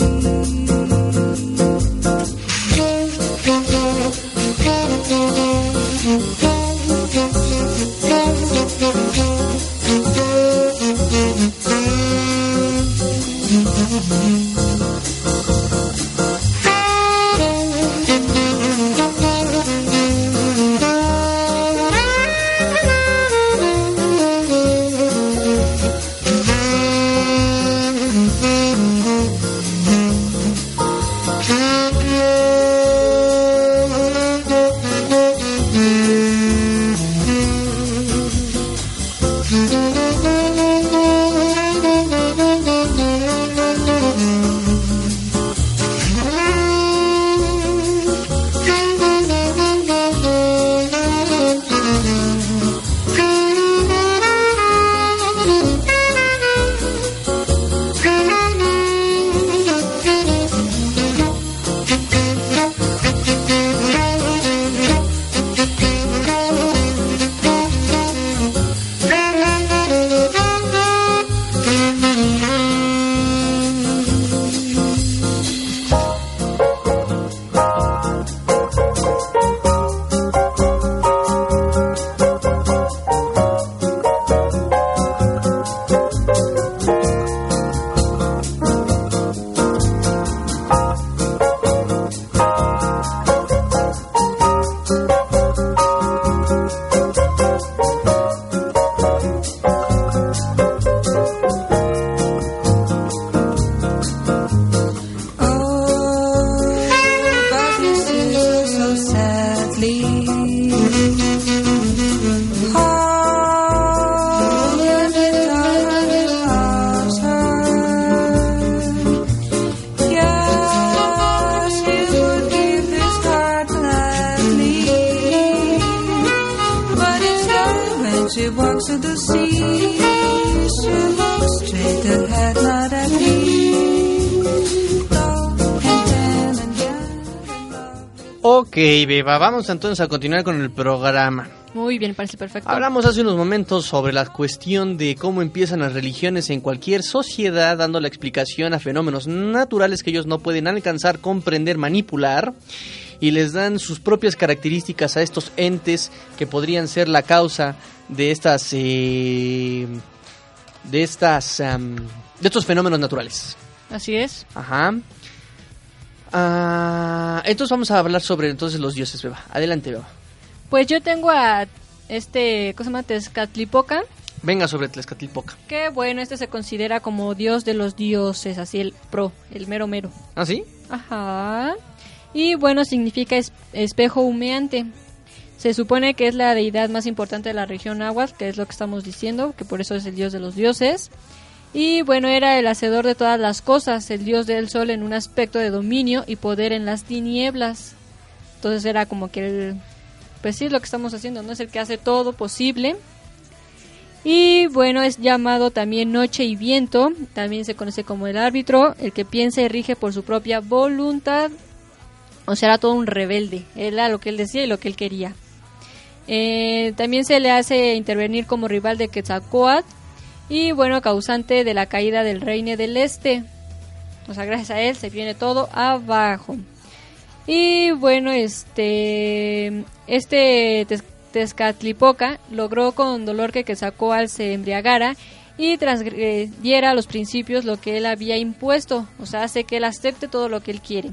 she walks to the sea. She looks straight ahead, not at me. Ok, Beba, vamos entonces a continuar con el programa. Muy bien, parece perfecto. Hablamos hace unos momentos sobre la cuestión de cómo empiezan las religiones en cualquier sociedad, dando la explicación a fenómenos naturales que ellos no pueden alcanzar, comprender, manipular, y les dan sus propias características a estos entes que podrían ser la causa de estos fenómenos naturales. Así es. Ajá. Entonces vamos a hablar sobre entonces los dioses, Beba. Adelante, Beba. Pues yo tengo a ¿cómo se llama? Tezcatlipoca. Venga sobre Tezcatlipoca. Que bueno, se considera como dios de los dioses, así el mero mero. ¿Ah, sí? Ajá. Y bueno, significa espejo humeante. Se supone que es la deidad más importante de la región náhuatl, que es lo que estamos diciendo, que por eso es el dios de los dioses. Y bueno, era el hacedor de todas las cosas, el dios del sol en un aspecto de dominio y poder en las tinieblas. Entonces era como que pues sí, lo que estamos haciendo, ¿no? Es el que hace todo posible. Y bueno, es llamado también noche y viento, también se conoce como el árbitro, el que piensa y rige por su propia voluntad. O sea, era todo un rebelde, era lo que él decía y lo que él quería. También se le hace intervenir como rival de Quetzalcóatl. y bueno, causante de la caída del Reino del Este. O sea, gracias a él se viene todo abajo. Y bueno, Tezcatlipoca logró con dolor que Quetzalcóatl se embriagara y transgrediera los principios lo que él había impuesto. O sea, hace que él acepte todo lo que él quiere.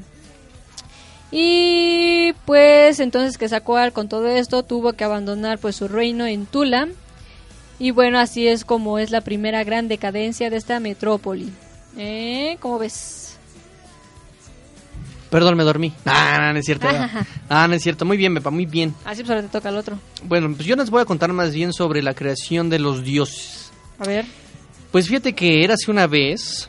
Y pues entonces Quetzalcóatl con todo esto tuvo que abandonar pues su reino en Tula. Y bueno, así es como es la primera gran decadencia de esta metrópoli. ¿Cómo ves? Perdón, me dormí. No es cierto. No es cierto. Muy bien, Pepa, muy bien. Así pues ahora te toca el otro. Bueno, pues yo les voy a contar más bien sobre la creación de los dioses. A ver. Pues fíjate que érase una vez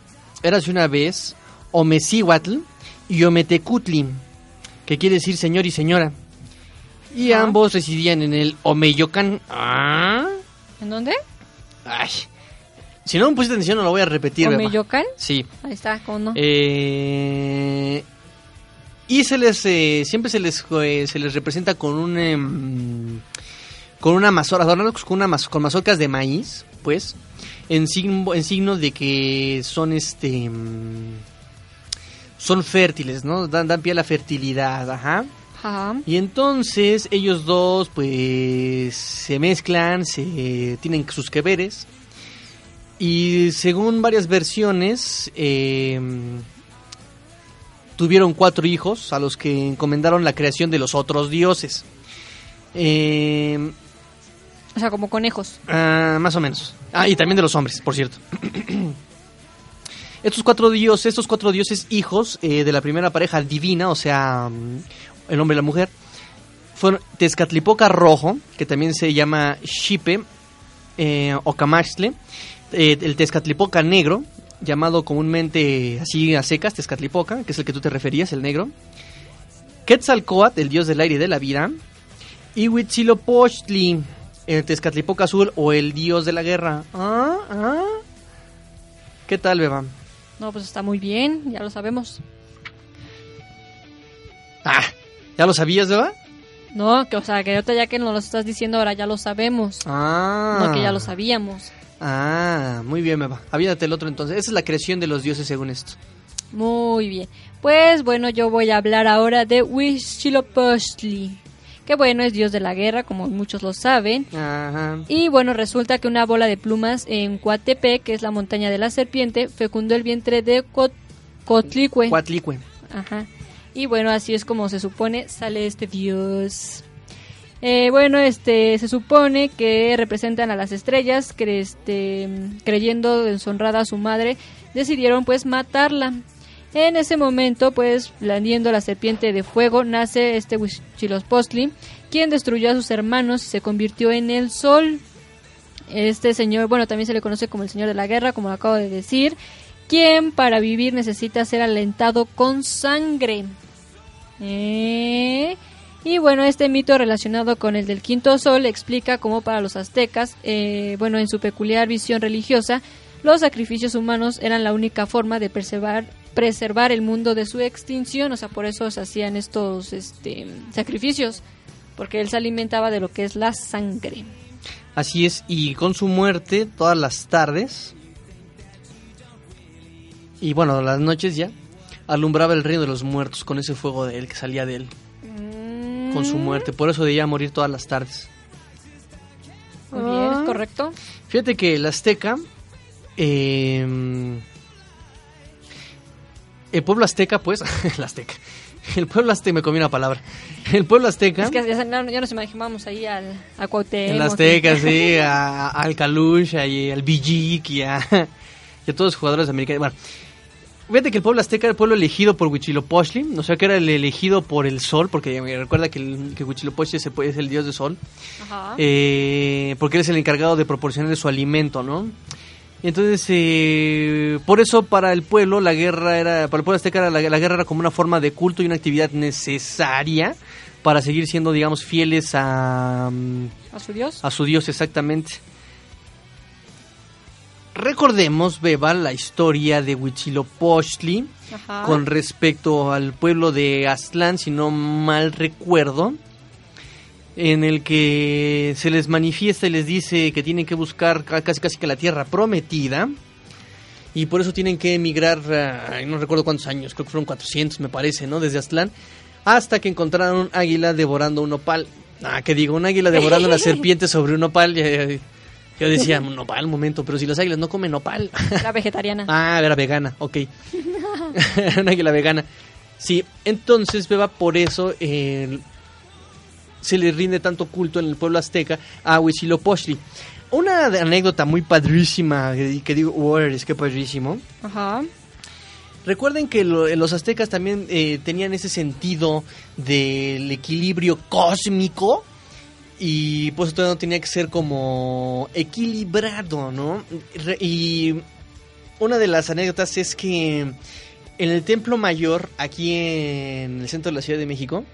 Omecíhuatl y Ometecutli, que quiere decir señor y señora. Y ambos residían en el Omeyocán. ¿En dónde? Ay. Si no me pusiste atención, no lo voy a repetir. ¿Omeyocán? Sí. Ahí está, ¿cómo no? Y siempre se les representa con una mazorca, adornados con mazorcas de maíz, pues, en signo de que son son fértiles, ¿no? Dan pie a la fertilidad, ajá. Y entonces ellos dos pues se mezclan, tienen sus que veres. Y según varias versiones, tuvieron 4 hijos a los que encomendaron la creación de los otros dioses. O sea, como conejos. Más o menos. Y también de los hombres, por cierto. Estos cuatro dioses hijos de la primera pareja divina, o sea, el hombre y la mujer, fueron Tezcatlipoca rojo, que también se llama Xipe o Camaxtle, el Tezcatlipoca negro, llamado comúnmente así a secas, Tezcatlipoca, que es el que tú te referías, el negro, Quetzalcóatl, el dios del aire y de la vida, y Huitzilopochtli, el Tezcatlipoca azul o el dios de la guerra. ¿Qué tal, Beba? No, pues está muy bien, ya lo sabemos. ¿Ya lo sabías, Beba? No, que ahorita ya que nos lo estás diciendo ahora ya lo sabemos. No, que ya lo sabíamos. Muy bien, Beba. Avídate el otro entonces. Esa es la creación de los dioses según esto. Muy bien. Pues bueno, yo voy a hablar ahora de Huitzilopochtli, que bueno, es dios de la guerra, como muchos lo saben. Y bueno, resulta que una bola de plumas en Coatepec, que es la montaña de la serpiente, fecundó el vientre de Coatlicue. Ajá. Y bueno, así es como se supone sale este dios. Se supone que representan a las estrellas, que creyendo deshonrada a su madre, decidieron pues matarla. En ese momento, pues, blandiendo la serpiente de fuego, nace Huitzilopochtli, quien destruyó a sus hermanos y se convirtió en el sol. Este señor, bueno, también se le conoce como el señor de la guerra, como lo acabo de decir, quien para vivir necesita ser alentado con sangre. Y bueno, este mito relacionado con el del quinto sol explica cómo para los aztecas, en su peculiar visión religiosa, los sacrificios humanos eran la única forma de preservar el mundo de su extinción. O sea, por eso se hacían estos sacrificios, porque él se alimentaba de lo que es la sangre. Así es, y con su muerte todas las tardes y bueno, las noches ya alumbraba el reino de los muertos con ese fuego de él que salía de él. Con su muerte, por eso debía morir todas las tardes. Muy bien, ¿es correcto? Fíjate que el azteca, el pueblo azteca, pues, el pueblo azteca, me comí una palabra. El pueblo azteca. Es que ya nos imaginamos ahí a Cuauhtémoc. El azteca, sí, al Calucha y al Villic y a todos los jugadores americanos. Bueno, fíjate que el pueblo azteca era el pueblo elegido por Huitzilopochtli, o sea que era el elegido por el sol, porque me recuerda que Huitzilopochtli es el dios del sol. Ajá. Porque él es el encargado de proporcionarle su alimento, ¿no? Entonces, por eso para el pueblo para el pueblo azteca la guerra era como una forma de culto y una actividad necesaria para seguir siendo, digamos, fieles a su dios. A su dios, exactamente. Recordemos, Beba, la historia de Huitzilopochtli con respecto al pueblo de Aztlán, si no mal recuerdo. en el que se les manifiesta y les dice que tienen que buscar casi que la tierra prometida, y por eso tienen que emigrar, no recuerdo cuántos años, creo que fueron 400 me parece, ¿no? Desde Aztlán, hasta que encontraron un águila devorando un nopal. Un águila devorando una serpiente sobre un nopal. Yo decía, nopal, un momento, pero si las águilas no comen nopal. Era vegetariana. Era vegana, ok. Una águila vegana. Sí, entonces, Beba, por eso se le rinde tanto culto en el pueblo azteca a Huitzilopochtli. Una anécdota muy padrísima, que digo, es que padrísimo. Ajá. Recuerden que los aztecas también tenían ese sentido del equilibrio cósmico, y pues todo tenía que ser como equilibrado, ¿no? Y una de las anécdotas es que en el Templo Mayor, aquí en el centro de la Ciudad de México,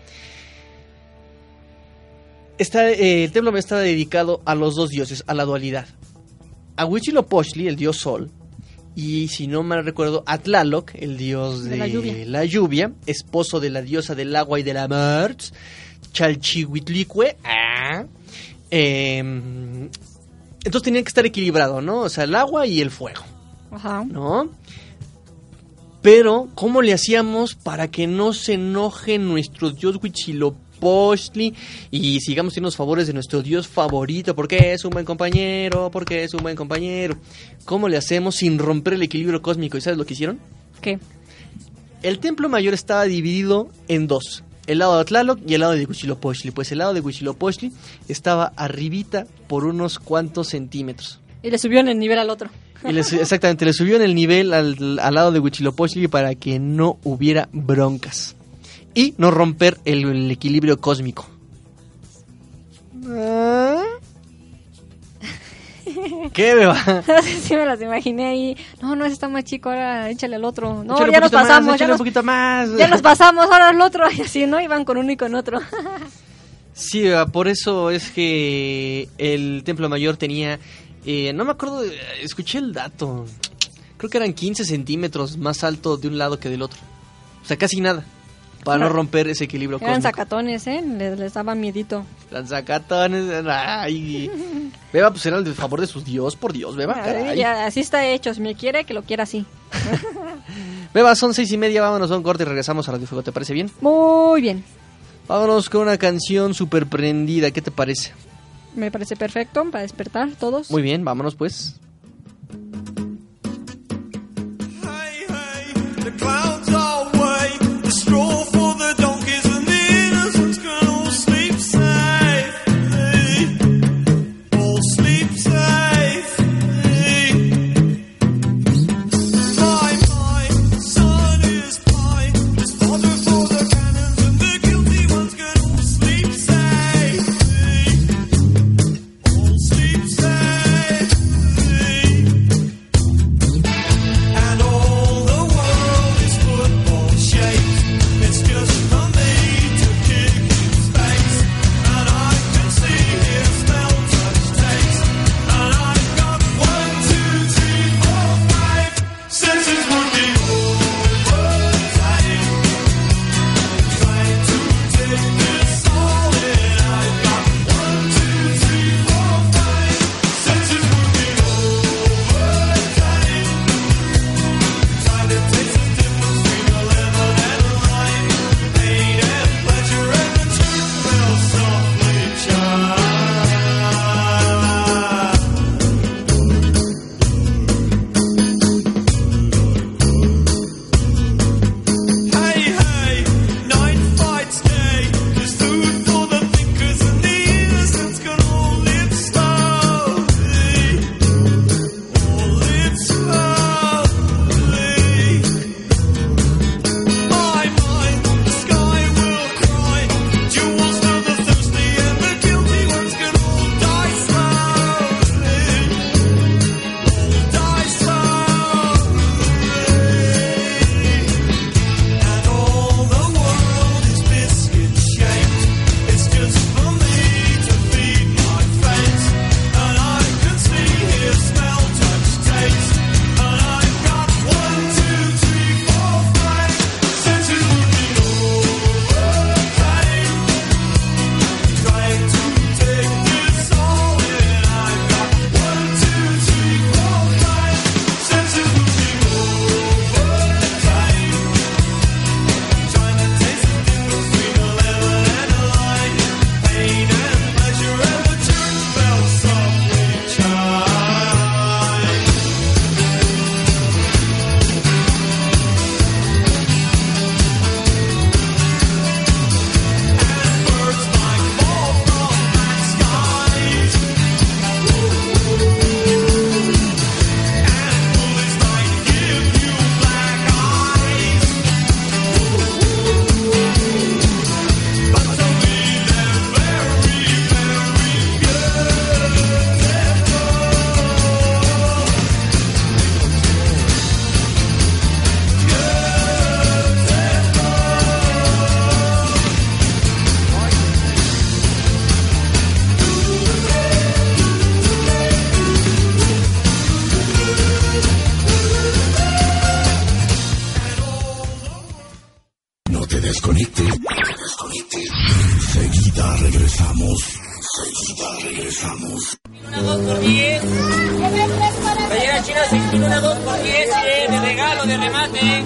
el Templo Mayor está dedicado a los dos dioses, a la dualidad. A Huitzilopochtli, el dios Sol, y si no mal recuerdo, a Tlaloc, el dios de la lluvia, esposo de la diosa del agua y de la mar, Chalchihuitlicue. Entonces tenían que estar equilibrado, ¿no? O sea, el agua y el fuego. Ajá. ¿No? Pero, ¿cómo le hacíamos para que no se enoje nuestro dios Huitzilopochtli y sigamos teniendo los favores de nuestro dios favorito? Porque es un buen compañero, ¿Cómo le hacemos sin romper el equilibrio cósmico? ¿Y sabes lo que hicieron? ¿Qué? El Templo Mayor estaba dividido en dos: el lado de Tlaloc y el lado de Huitzilopochtli. Pues el lado de Huitzilopochtli estaba arribita por unos cuantos centímetros. Y le subió en el nivel al otro. Exactamente, le subió en el nivel al lado de Huitzilopochtli para que no hubiera broncas y no romper el equilibrio cósmico. ¿Qué, Beba? Sí, me las imaginé ahí. No, ese está más chico, ahora échale al otro. No, échale ya nos pasamos. Échale un poquito más. Ya nos pasamos, ahora al otro. Y así, ¿no? Iban con uno y con otro. Sí, Beba, por eso es que el Templo Mayor tenía... no me acuerdo, escuché el dato. Creo que eran 15 centímetros más alto de un lado que del otro. O sea, casi nada. Para no romper ese equilibrio cósmico. Eran sacatones, les daba miedito. Las sacatones, ay. Beba, pues era el favor de sus dios, por Dios, Beba, caray. Ya, así está hecho, si me quiere, que lo quiera así. Beba, son 6:30, vámonos a un corte y regresamos a Radio Fuego, ¿te parece bien? Muy bien. Vámonos con una canción súper prendida, ¿qué te parece? Me parece perfecto, para despertar todos. Muy bien, vámonos pues. The clouds are white, the straw for the donkeys and the innocents can all sleep safely. All sleep safely. My son is mine, there's fodder for the cannons and the guilty ones can all sleep safely. All sleep safely. te desconectes. Enseguida regresamos. Una 2 por 10. Playera china 6.000, una 2 por 10, de regalo, de remate.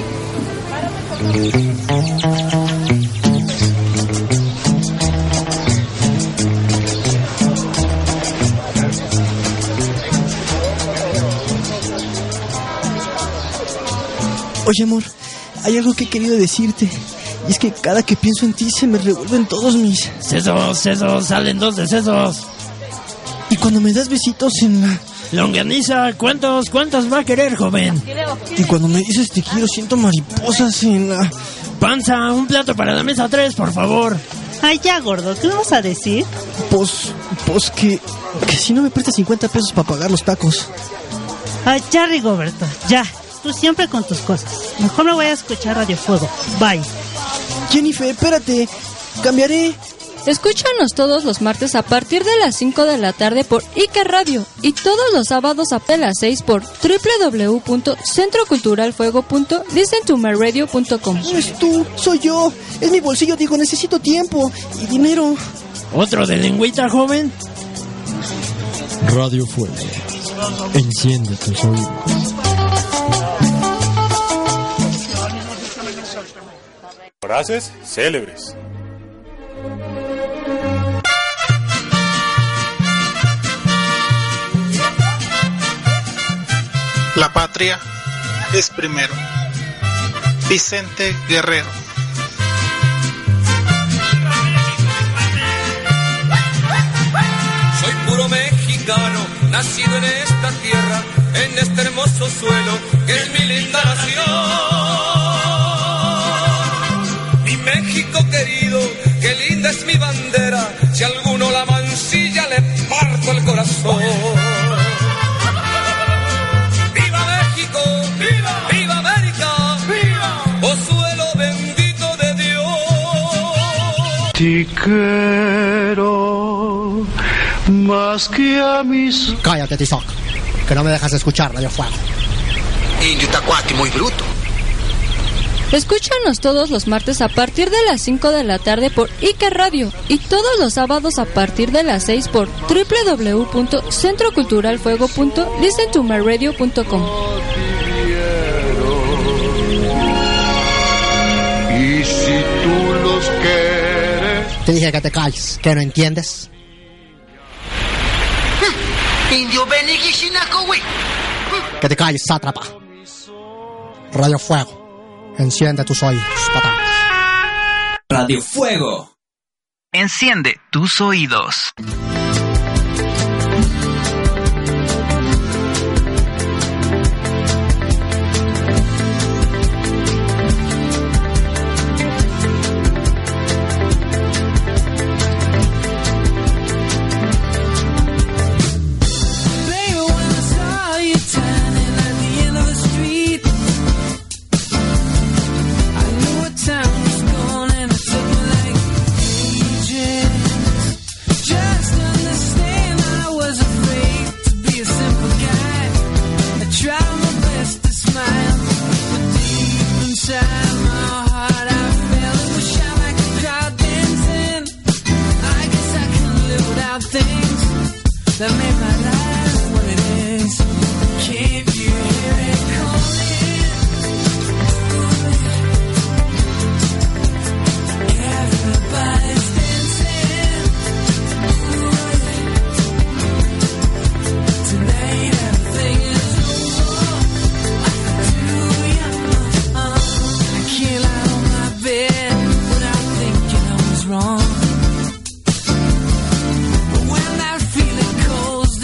Oye, amor, hay algo que he querido decirte. Y es que cada que pienso en ti se me revuelven todos mis... Sesos, salen 2 de sesos. Y cuando me das besitos en la... Longaniza, ¿cuántos va a querer, joven? Y cuando me dices te quiero, siento mariposas en la... Panza, un plato para la mesa 3, por favor. Ay, ya, gordo, ¿qué vamos a decir? Pues que si no me prestas 50 pesos para pagar los tacos. Ay, ya, Rigoberto, ya. Tú siempre con tus cosas. Mejor me voy a escuchar Radio Fuego. Bye. Jennifer, espérate. Cambiaré. Escúchanos todos los martes a partir de las 5 de la tarde por Ica Radio y todos los sábados a las 6 por www.centroculturalfuego.listentomyradio.com. No es tú, soy yo. Es mi bolsillo, digo, necesito tiempo y dinero. ¿Otro de lengüita, joven? Radio Fuego. Enciende tus oídos. Frases célebres. La patria es primero. Vicente Guerrero. Soy puro mexicano, nacido en esta tierra, en este hermoso suelo, que es mi linda nación. Mi México querido, qué linda es mi bandera, si alguno la mancilla le parto el corazón. ¡Viva México! ¡Viva! ¡Viva América! ¡Viva! ¡Oh suelo bendito de Dios! Te quiero más que a mis... Cállate, Tizoc, que no me dejas escuchar Radio Fuego. Indio Tacuati muy bruto. Escúchanos todos los martes a partir de las 5 de la tarde por Ica Radio y todos los sábados a partir de las 6 por www.centroculturalfuego.listentomyradio.com. Y si tú los quieres... Te dije que te calles, ¿que no entiendes? Indio Benigui Shinaco, güey. Que te calles, sátrapa. Radio Fuego. Enciende tus oídos, patán. Radio Fuego. Enciende tus oídos. That made my life what it is. Can't you hear it calling? Everybody's dancing. Tonight everything is over. I can't lie on my bed without thinking I was wrong.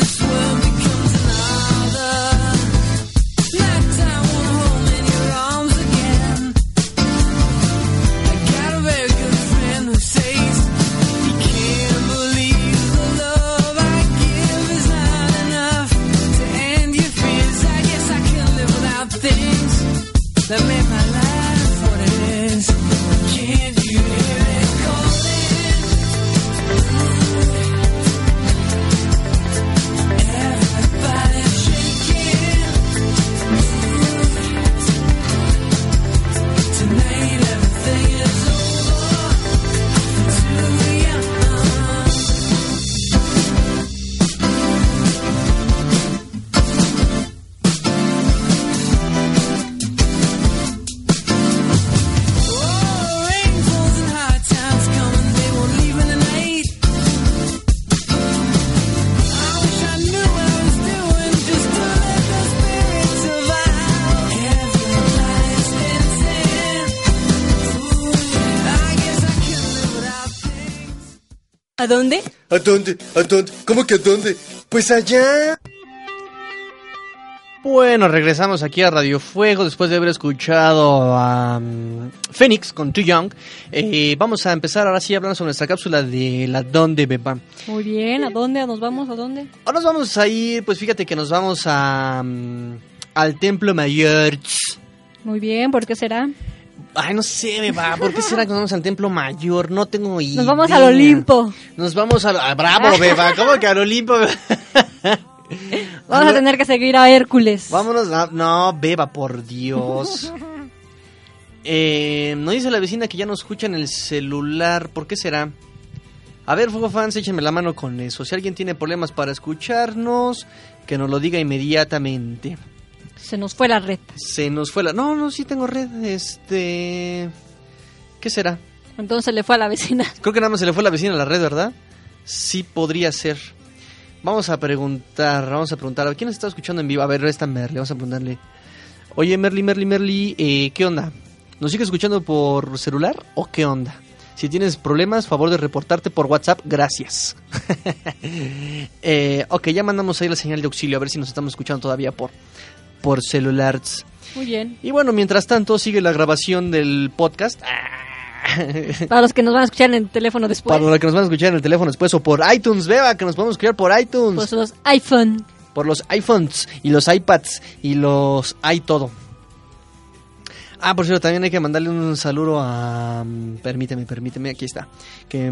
¿A dónde? ¿A dónde? ¿A dónde? ¿Cómo que a dónde? Pues allá. Bueno, regresamos aquí a Radio Fuego después de haber escuchado a Phoenix con Too Young. Vamos a empezar ahora sí hablando sobre nuestra cápsula de la dónde, beba. Muy bien, ¿a dónde? ¿Nos vamos? ¿A dónde? Ahora nos vamos a ir, pues fíjate que nos vamos a al Templo Mayor. Muy bien, ¿por qué será? Ay, no sé, beba, ¿por qué será que nos vamos al Templo Mayor? No tengo idea. Nos vamos al Olimpo. Nos vamos a... ¡Bravo, beba! ¿Cómo que al Olimpo, beba? Vamos a tener que seguir a Hércules. Vámonos. No, beba, por Dios. Nos dice la vecina que ya nos escucha en el celular. ¿Por qué será? A ver, Fuego Fans, échenme la mano con eso. Si alguien tiene problemas para escucharnos, que nos lo diga inmediatamente. Se nos fue la red. Se nos fue la... No, sí tengo red. ¿Qué será? Entonces le fue a la vecina. Creo que nada más se le fue a la vecina a la red, ¿verdad? Sí, podría ser. Vamos a preguntar. A quién nos está escuchando en vivo. A ver, esta Merly, vamos a preguntarle. Oye, Merly, ¿qué onda? ¿Nos sigues escuchando por celular o qué onda? Si tienes problemas, favor de reportarte por WhatsApp, gracias. Ok, ya mandamos ahí la señal de auxilio, a ver si nos estamos escuchando todavía por celulares. Muy bien. Y bueno, mientras tanto, sigue la grabación del podcast. Para los que nos van a escuchar en el teléfono después. Para los que nos van a escuchar en el teléfono después o por iTunes, beba, que nos podemos escuchar por iTunes. Pues los iPhone. Por los iPhones y los iPads y los iTodo. Por cierto, también hay que mandarle un saludo a... Permíteme, aquí está. Que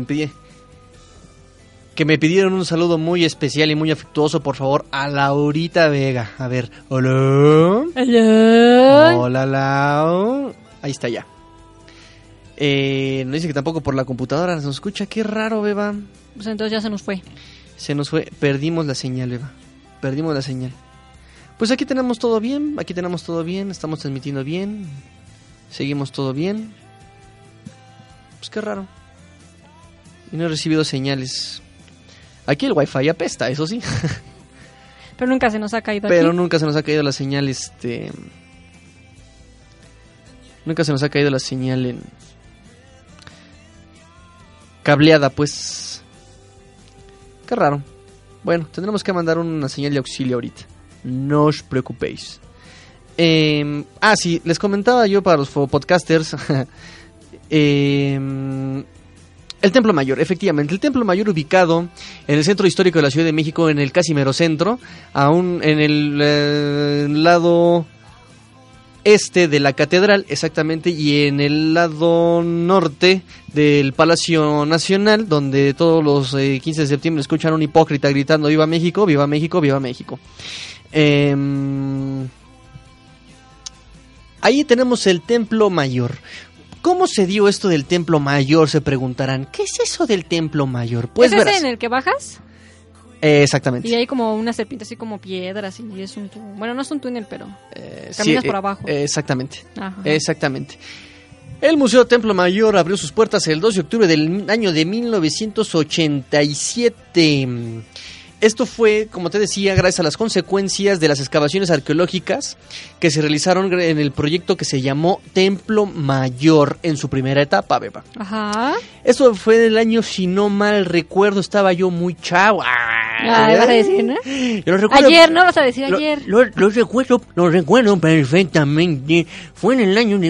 me pidieron un saludo muy especial y muy afectuoso, por favor, a Laurita Vega. A ver, hola. Hola. Hola, Lau. Ahí está ya. Nos dice que tampoco por la computadora nos escucha. Qué raro, beba. Pues entonces ya se nos fue. Perdimos la señal, beba. Perdimos la señal. Pues aquí tenemos todo bien. Estamos transmitiendo bien. Seguimos todo bien. Pues qué raro. Y no he recibido señales. Aquí el wifi apesta, eso sí. Pero nunca se nos ha caído Nunca se nos ha caído la señal, Nunca se nos ha caído la señal en... cableada, pues. Qué raro. Bueno, tendremos que mandar una señal de auxilio ahorita. No os preocupéis. Sí, les comentaba yo para los podcasters. El Templo Mayor, efectivamente. El Templo Mayor ubicado en el centro histórico de la Ciudad de México, en el casi mero centro, aún en el lado este de la catedral, exactamente, y en el lado norte del Palacio Nacional, donde todos los 15 de septiembre escuchan a un hipócrita gritando ¡Viva México, viva México, viva México! Ahí tenemos el Templo Mayor. ¿Cómo se dio esto del Templo Mayor? Se preguntarán. ¿Qué es eso del Templo Mayor? Pues ¿es verás. ese en el que bajas? Exactamente. Y hay como una serpiente así como piedras y es un túnel. Bueno, no es un túnel, pero caminas por abajo. Exactamente. Ajá. Exactamente. El Museo Templo Mayor abrió sus puertas el 2 de octubre del año de 1987. Esto fue, como te decía, gracias a las consecuencias de las excavaciones arqueológicas que se realizaron en el proyecto que se llamó Templo Mayor en su primera etapa, beba. Ajá. Esto fue en el año, si no mal recuerdo, estaba yo muy chavo. ¿Vas a decir, no? Ayer, ¿no? Vas a decir ayer. Lo recuerdo perfectamente. Fue en el año de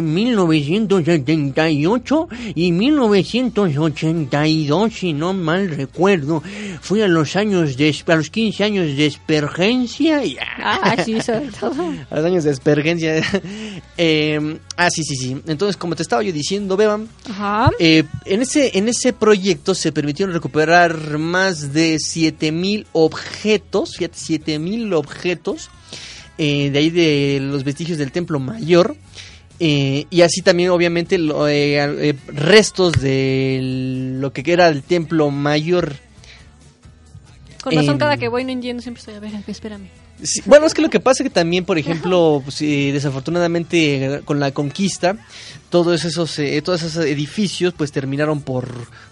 1978 y 1982, si no mal recuerdo. Fui a los 15 años de Espergencia. Sí, sobre todo. A los años de Espergencia. Sí. Entonces, como te estaba yo diciendo, Beba, ajá. En ese proyecto se permitieron recuperar más de 7,000 objetos. Fíjate, 7,000 objetos de ahí de los vestigios del Templo Mayor. Y así también, obviamente, restos de lo que era el Templo Mayor. Con razón, cada que voy no entiendo, siempre estoy, a ver, espérame. Sí, bueno, es que lo que pasa es que también, por ejemplo, pues, desafortunadamente con la conquista, todos esos edificios pues terminaron por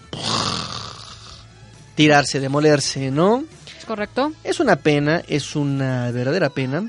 tirarse, demolerse, ¿no? ¿Es correcto? Es una pena, es una verdadera pena.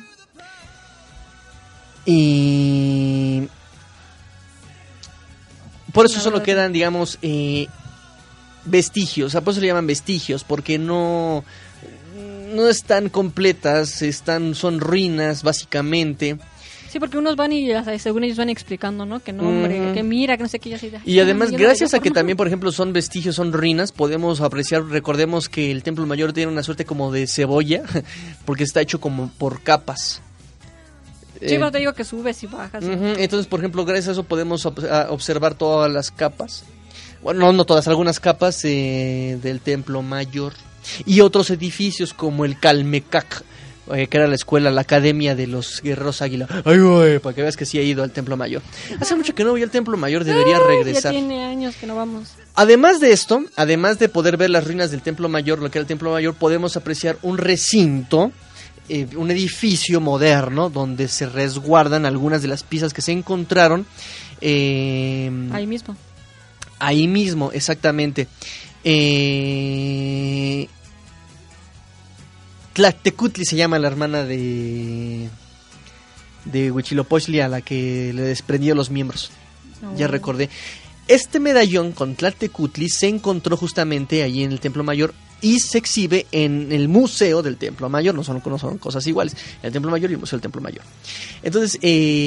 Y por eso solo quedan, digamos, vestigios, por eso le llaman vestigios, porque no están completas, son ruinas básicamente. Sí, porque unos van y según ellos van explicando, ¿no? Que no, hombre, que mira, que no sé qué. Y además, gracias a que también, por ejemplo, son vestigios, son ruinas, podemos apreciar, recordemos que el Templo Mayor tiene una suerte como de cebolla, porque está hecho como por capas. Sí, pero te digo que subes y bajas. Entonces, por ejemplo, gracias a eso podemos observar todas las capas. Bueno, no todas, algunas capas del Templo Mayor. Y otros edificios como el Calmecac, que era la escuela, la academia de los guerreros águila. Ay, güey, para que veas que sí he ido al Templo Mayor. Hace mucho que no voy al Templo Mayor, debería regresar. Ya tiene años que no vamos. Además de esto, además de poder ver las ruinas del Templo Mayor, lo que era el Templo Mayor, podemos apreciar un recinto, un edificio moderno donde se resguardan algunas de las piezas que se encontraron. Ahí mismo. Ahí mismo, exactamente. Tlactecutli se llama la hermana de Huitzilopochtli, a la que le desprendió los miembros. Ya recordé. Este medallón con Tlactecutli se encontró justamente allí en el Templo Mayor y se exhibe en el Museo del Templo Mayor. No son cosas iguales. El Templo Mayor y el Museo del Templo Mayor. Entonces,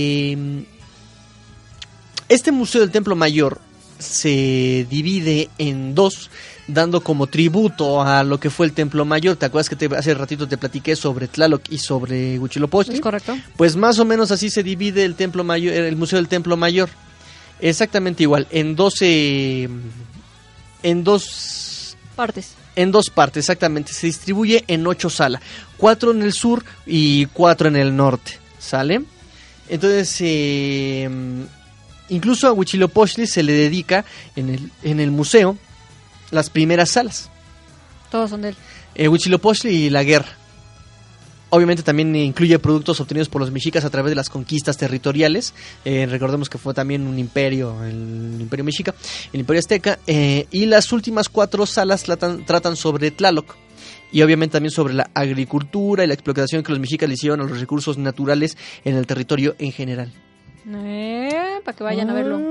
este Museo del Templo Mayor se divide en dos, dando como tributo a lo que fue el Templo Mayor. ¿Te acuerdas que hace ratito te platiqué sobre Tlaloc y sobre Huitzilopochtli? Es correcto. Pues más o menos así se divide el Templo Mayor, el Museo del Templo Mayor. Exactamente igual, en dos partes. En dos partes, exactamente. Se distribuye en 8 salas, 4 en el sur y 4 en el norte, ¿sale? Entonces, incluso a Huitzilopochtli se le dedica en el museo las primeras salas. Todos son de él. Huitzilopochtli y la guerra. Obviamente también incluye productos obtenidos por los mexicas a través de las conquistas territoriales. Recordemos que fue también un imperio, el imperio mexica, el imperio azteca. Y las últimas 4 salas tratan sobre Tlaloc. Y obviamente también sobre la agricultura y la explotación que los mexicas le hicieron a los recursos naturales en el territorio en general. Para que vayan a verlo.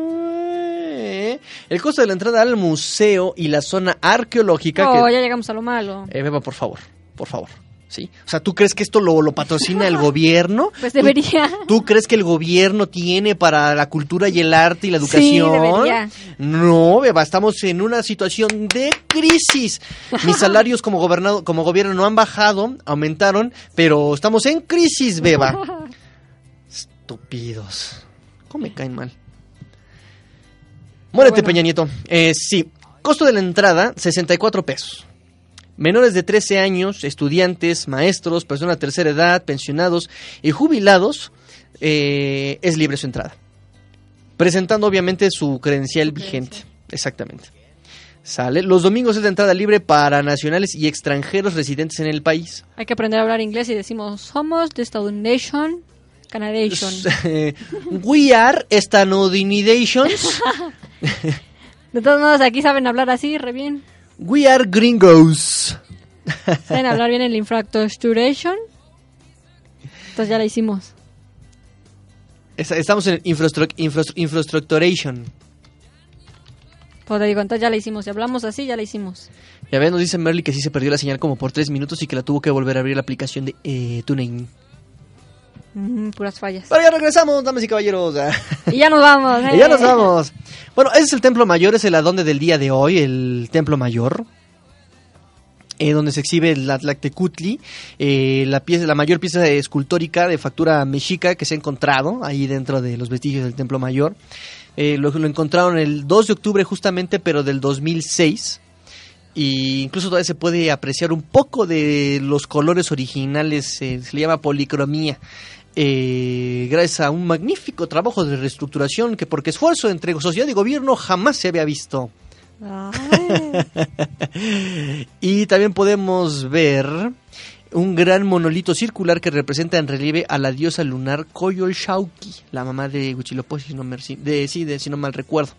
El costo de la entrada al museo y la zona arqueológica... ya llegamos a lo malo. Beba, por favor. ¿Sí? O sea, ¿tú crees que esto lo patrocina el gobierno? Pues debería. ¿Tú crees que el gobierno tiene para la cultura y el arte y la educación? Sí, debería. No, beba, estamos en una situación de crisis. Mis salarios como gobierno no han bajado, aumentaron, pero estamos en crisis, beba. Estúpidos. ¿Cómo me caen mal? Muérete, Peña Nieto. Sí, costo de la entrada, 64 pesos. Menores de 13 años, estudiantes, maestros, personas de tercera edad, pensionados y jubilados, es libre su entrada. Presentando obviamente su credencial vigente. Exactamente. ¿Sale? Los domingos es de entrada libre para nacionales y extranjeros residentes en el país. Hay que aprender a hablar inglés y decimos, somos de Estados Nation, Canadation. We are estadounidenses. De todos modos, aquí saben hablar así, re bien. We are gringos. ¿Saben hablar bien el infrastructuration? Entonces ya la hicimos. Estamos en infrastructuration. Pues te digo, entonces ya la hicimos. Si hablamos así, ya la hicimos. Ya ven, nos dice Merly que sí se perdió la señal como por 3 minutos y que la tuvo que volver a abrir la aplicación de TuneIn. Puras fallas. Pero ya regresamos, damas y caballeros. Y ya nos vamos. Y ya nos vamos. Bueno, ese es el Templo Mayor, es el adonde del día de hoy, el Templo Mayor. Donde se exhibe la Tlactecutli, la mayor pieza escultórica de factura mexica que se ha encontrado ahí dentro de los vestigios del Templo Mayor. Lo encontraron el 2 de octubre justamente, pero del 2006. Y incluso todavía se puede apreciar un poco de los colores originales, se le llama policromía. Gracias a un magnífico trabajo de reestructuración que porque esfuerzo entre sociedad y gobierno jamás se había visto. Y también podemos ver un gran monolito circular que representa en relieve a la diosa lunar Coyolxauhqui, la mamá de Huitzilopochtli, si no mal recuerdo.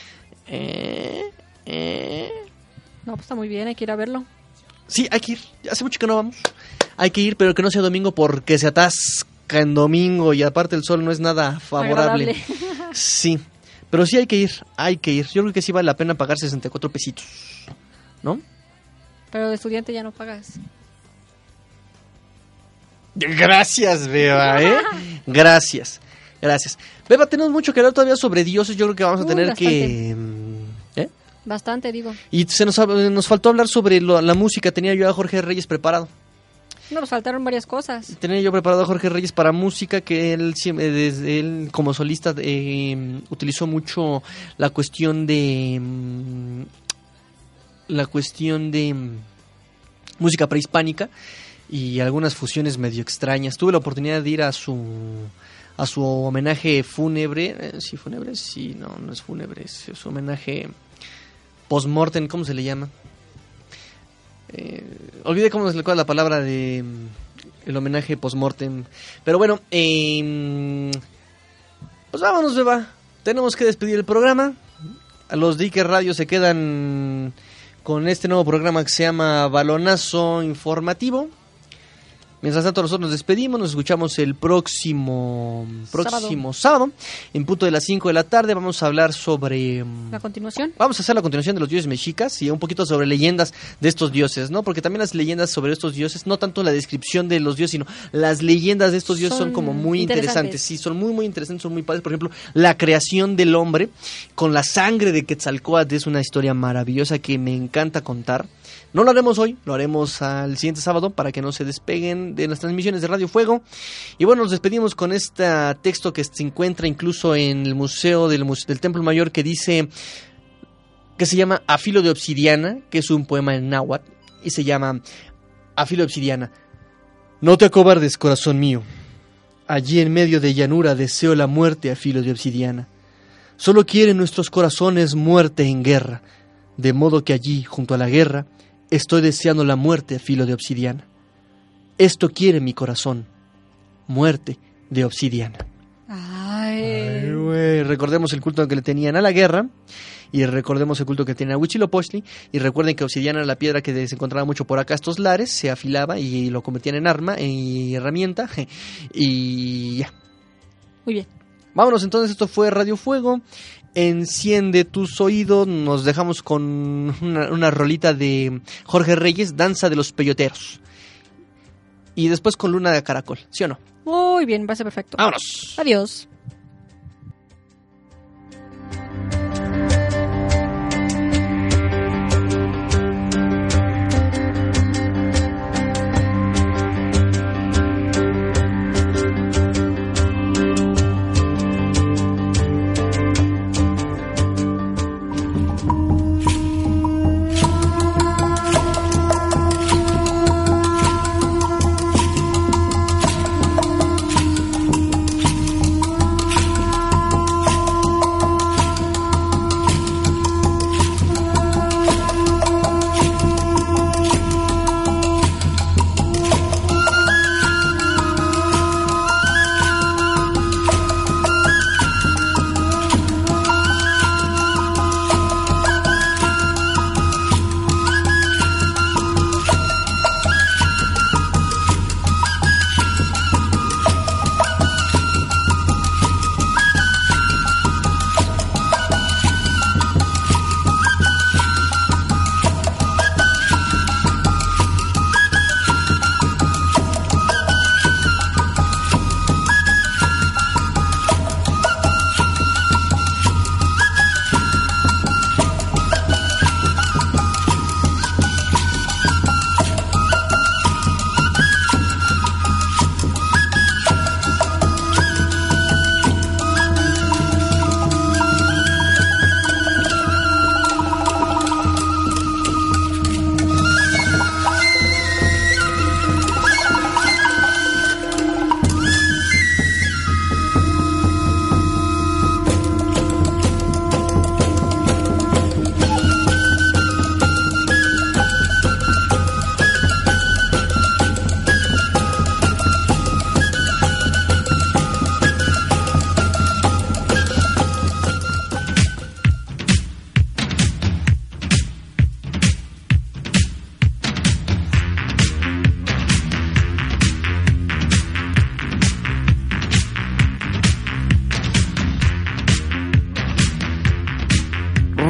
No, pues está muy bien, hay que ir a verlo. Sí, hay que ir, hace mucho que no vamos. Hay que ir, pero que no sea domingo porque se atasca en domingo y aparte el sol no es nada favorable. Sí. Pero sí hay que ir. Yo creo que sí vale la pena pagar 64 pesitos, ¿no? Pero de estudiante ya no pagas. Gracias, Beba, Gracias. Beba, tenemos mucho que hablar todavía sobre dioses. Yo creo que vamos a tener bastante. que... Bastante, digo. Y nos faltó hablar sobre la música. Tenía yo a Jorge Reyes preparado. No, nos faltaron varias cosas. Tenía yo preparado a Jorge Reyes para música, que él desde él como solista utilizó mucho la cuestión de música prehispánica y algunas fusiones medio extrañas. Tuve la oportunidad de ir a su homenaje fúnebre. ¿Sí fúnebre? Sí, no es fúnebre, es su homenaje post-mortem, ¿cómo se le llama? Olvidé cómo se le cuál la palabra de el homenaje post-mortem. Pero bueno, pues vámonos, Beba. Tenemos que despedir el programa. A los de Iker Radio se quedan con este nuevo programa que se llama Balonazo Informativo. Mientras tanto, nosotros nos despedimos, nos escuchamos el próximo sábado, en punto de las 5 de la tarde. Vamos a hablar sobre... ¿La continuación? Vamos a hacer la continuación de los dioses mexicas y un poquito sobre leyendas de estos dioses, ¿no? Porque también las leyendas sobre estos dioses, no tanto la descripción de los dioses, sino las leyendas de estos dioses son como muy interesantes. Sí, son muy interesantes, son muy padres. Por ejemplo, la creación del hombre con la sangre de Quetzalcóatl es una historia maravillosa que me encanta contar. No lo haremos hoy, lo haremos al siguiente sábado para que no se despeguen de las transmisiones de Radio Fuego. Y bueno, nos despedimos con este texto que se encuentra incluso en el museo del Templo Mayor, que dice, que se llama A filo de obsidiana, que es un poema en náhuatl, y se llama A filo de obsidiana. No te acobardes, corazón mío. Allí en medio de llanura deseo la muerte a filo de obsidiana. Solo quieren nuestros corazones muerte en guerra, de modo que allí, junto a la guerra, estoy deseando la muerte a filo de obsidiana. Esto quiere mi corazón, muerte de obsidiana. Ay, güey. Recordemos el culto que le tenían a la guerra, y recordemos el culto que tenían a Huitzilopochtli, y recuerden que obsidiana era la piedra que se encontraba mucho por acá, estos lares, se afilaba y lo convertían en arma y herramienta, y ya. Muy bien. Vámonos entonces, esto fue Radio Fuego. Enciende tus oídos. Nos dejamos con una rolita de Jorge Reyes, Danza de los Peyoteros. Y después con Luna de Caracol, ¿sí o no? Muy bien, va a ser perfecto. Vámonos. Adiós.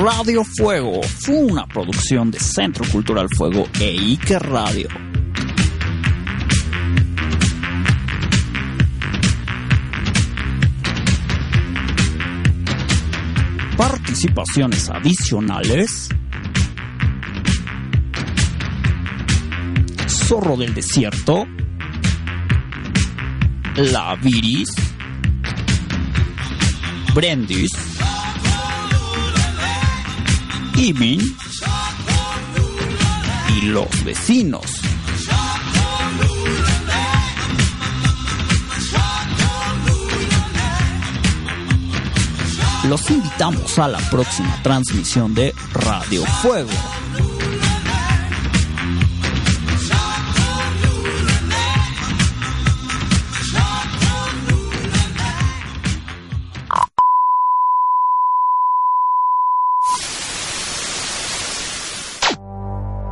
Radio Fuego fue una producción de Centro Cultural Fuego e Iker Radio. Participaciones adicionales: Zorro del Desierto, La Viris, Brendis, Imin y Los Vecinos. Los invitamos a la próxima transmisión de Radio Fuego.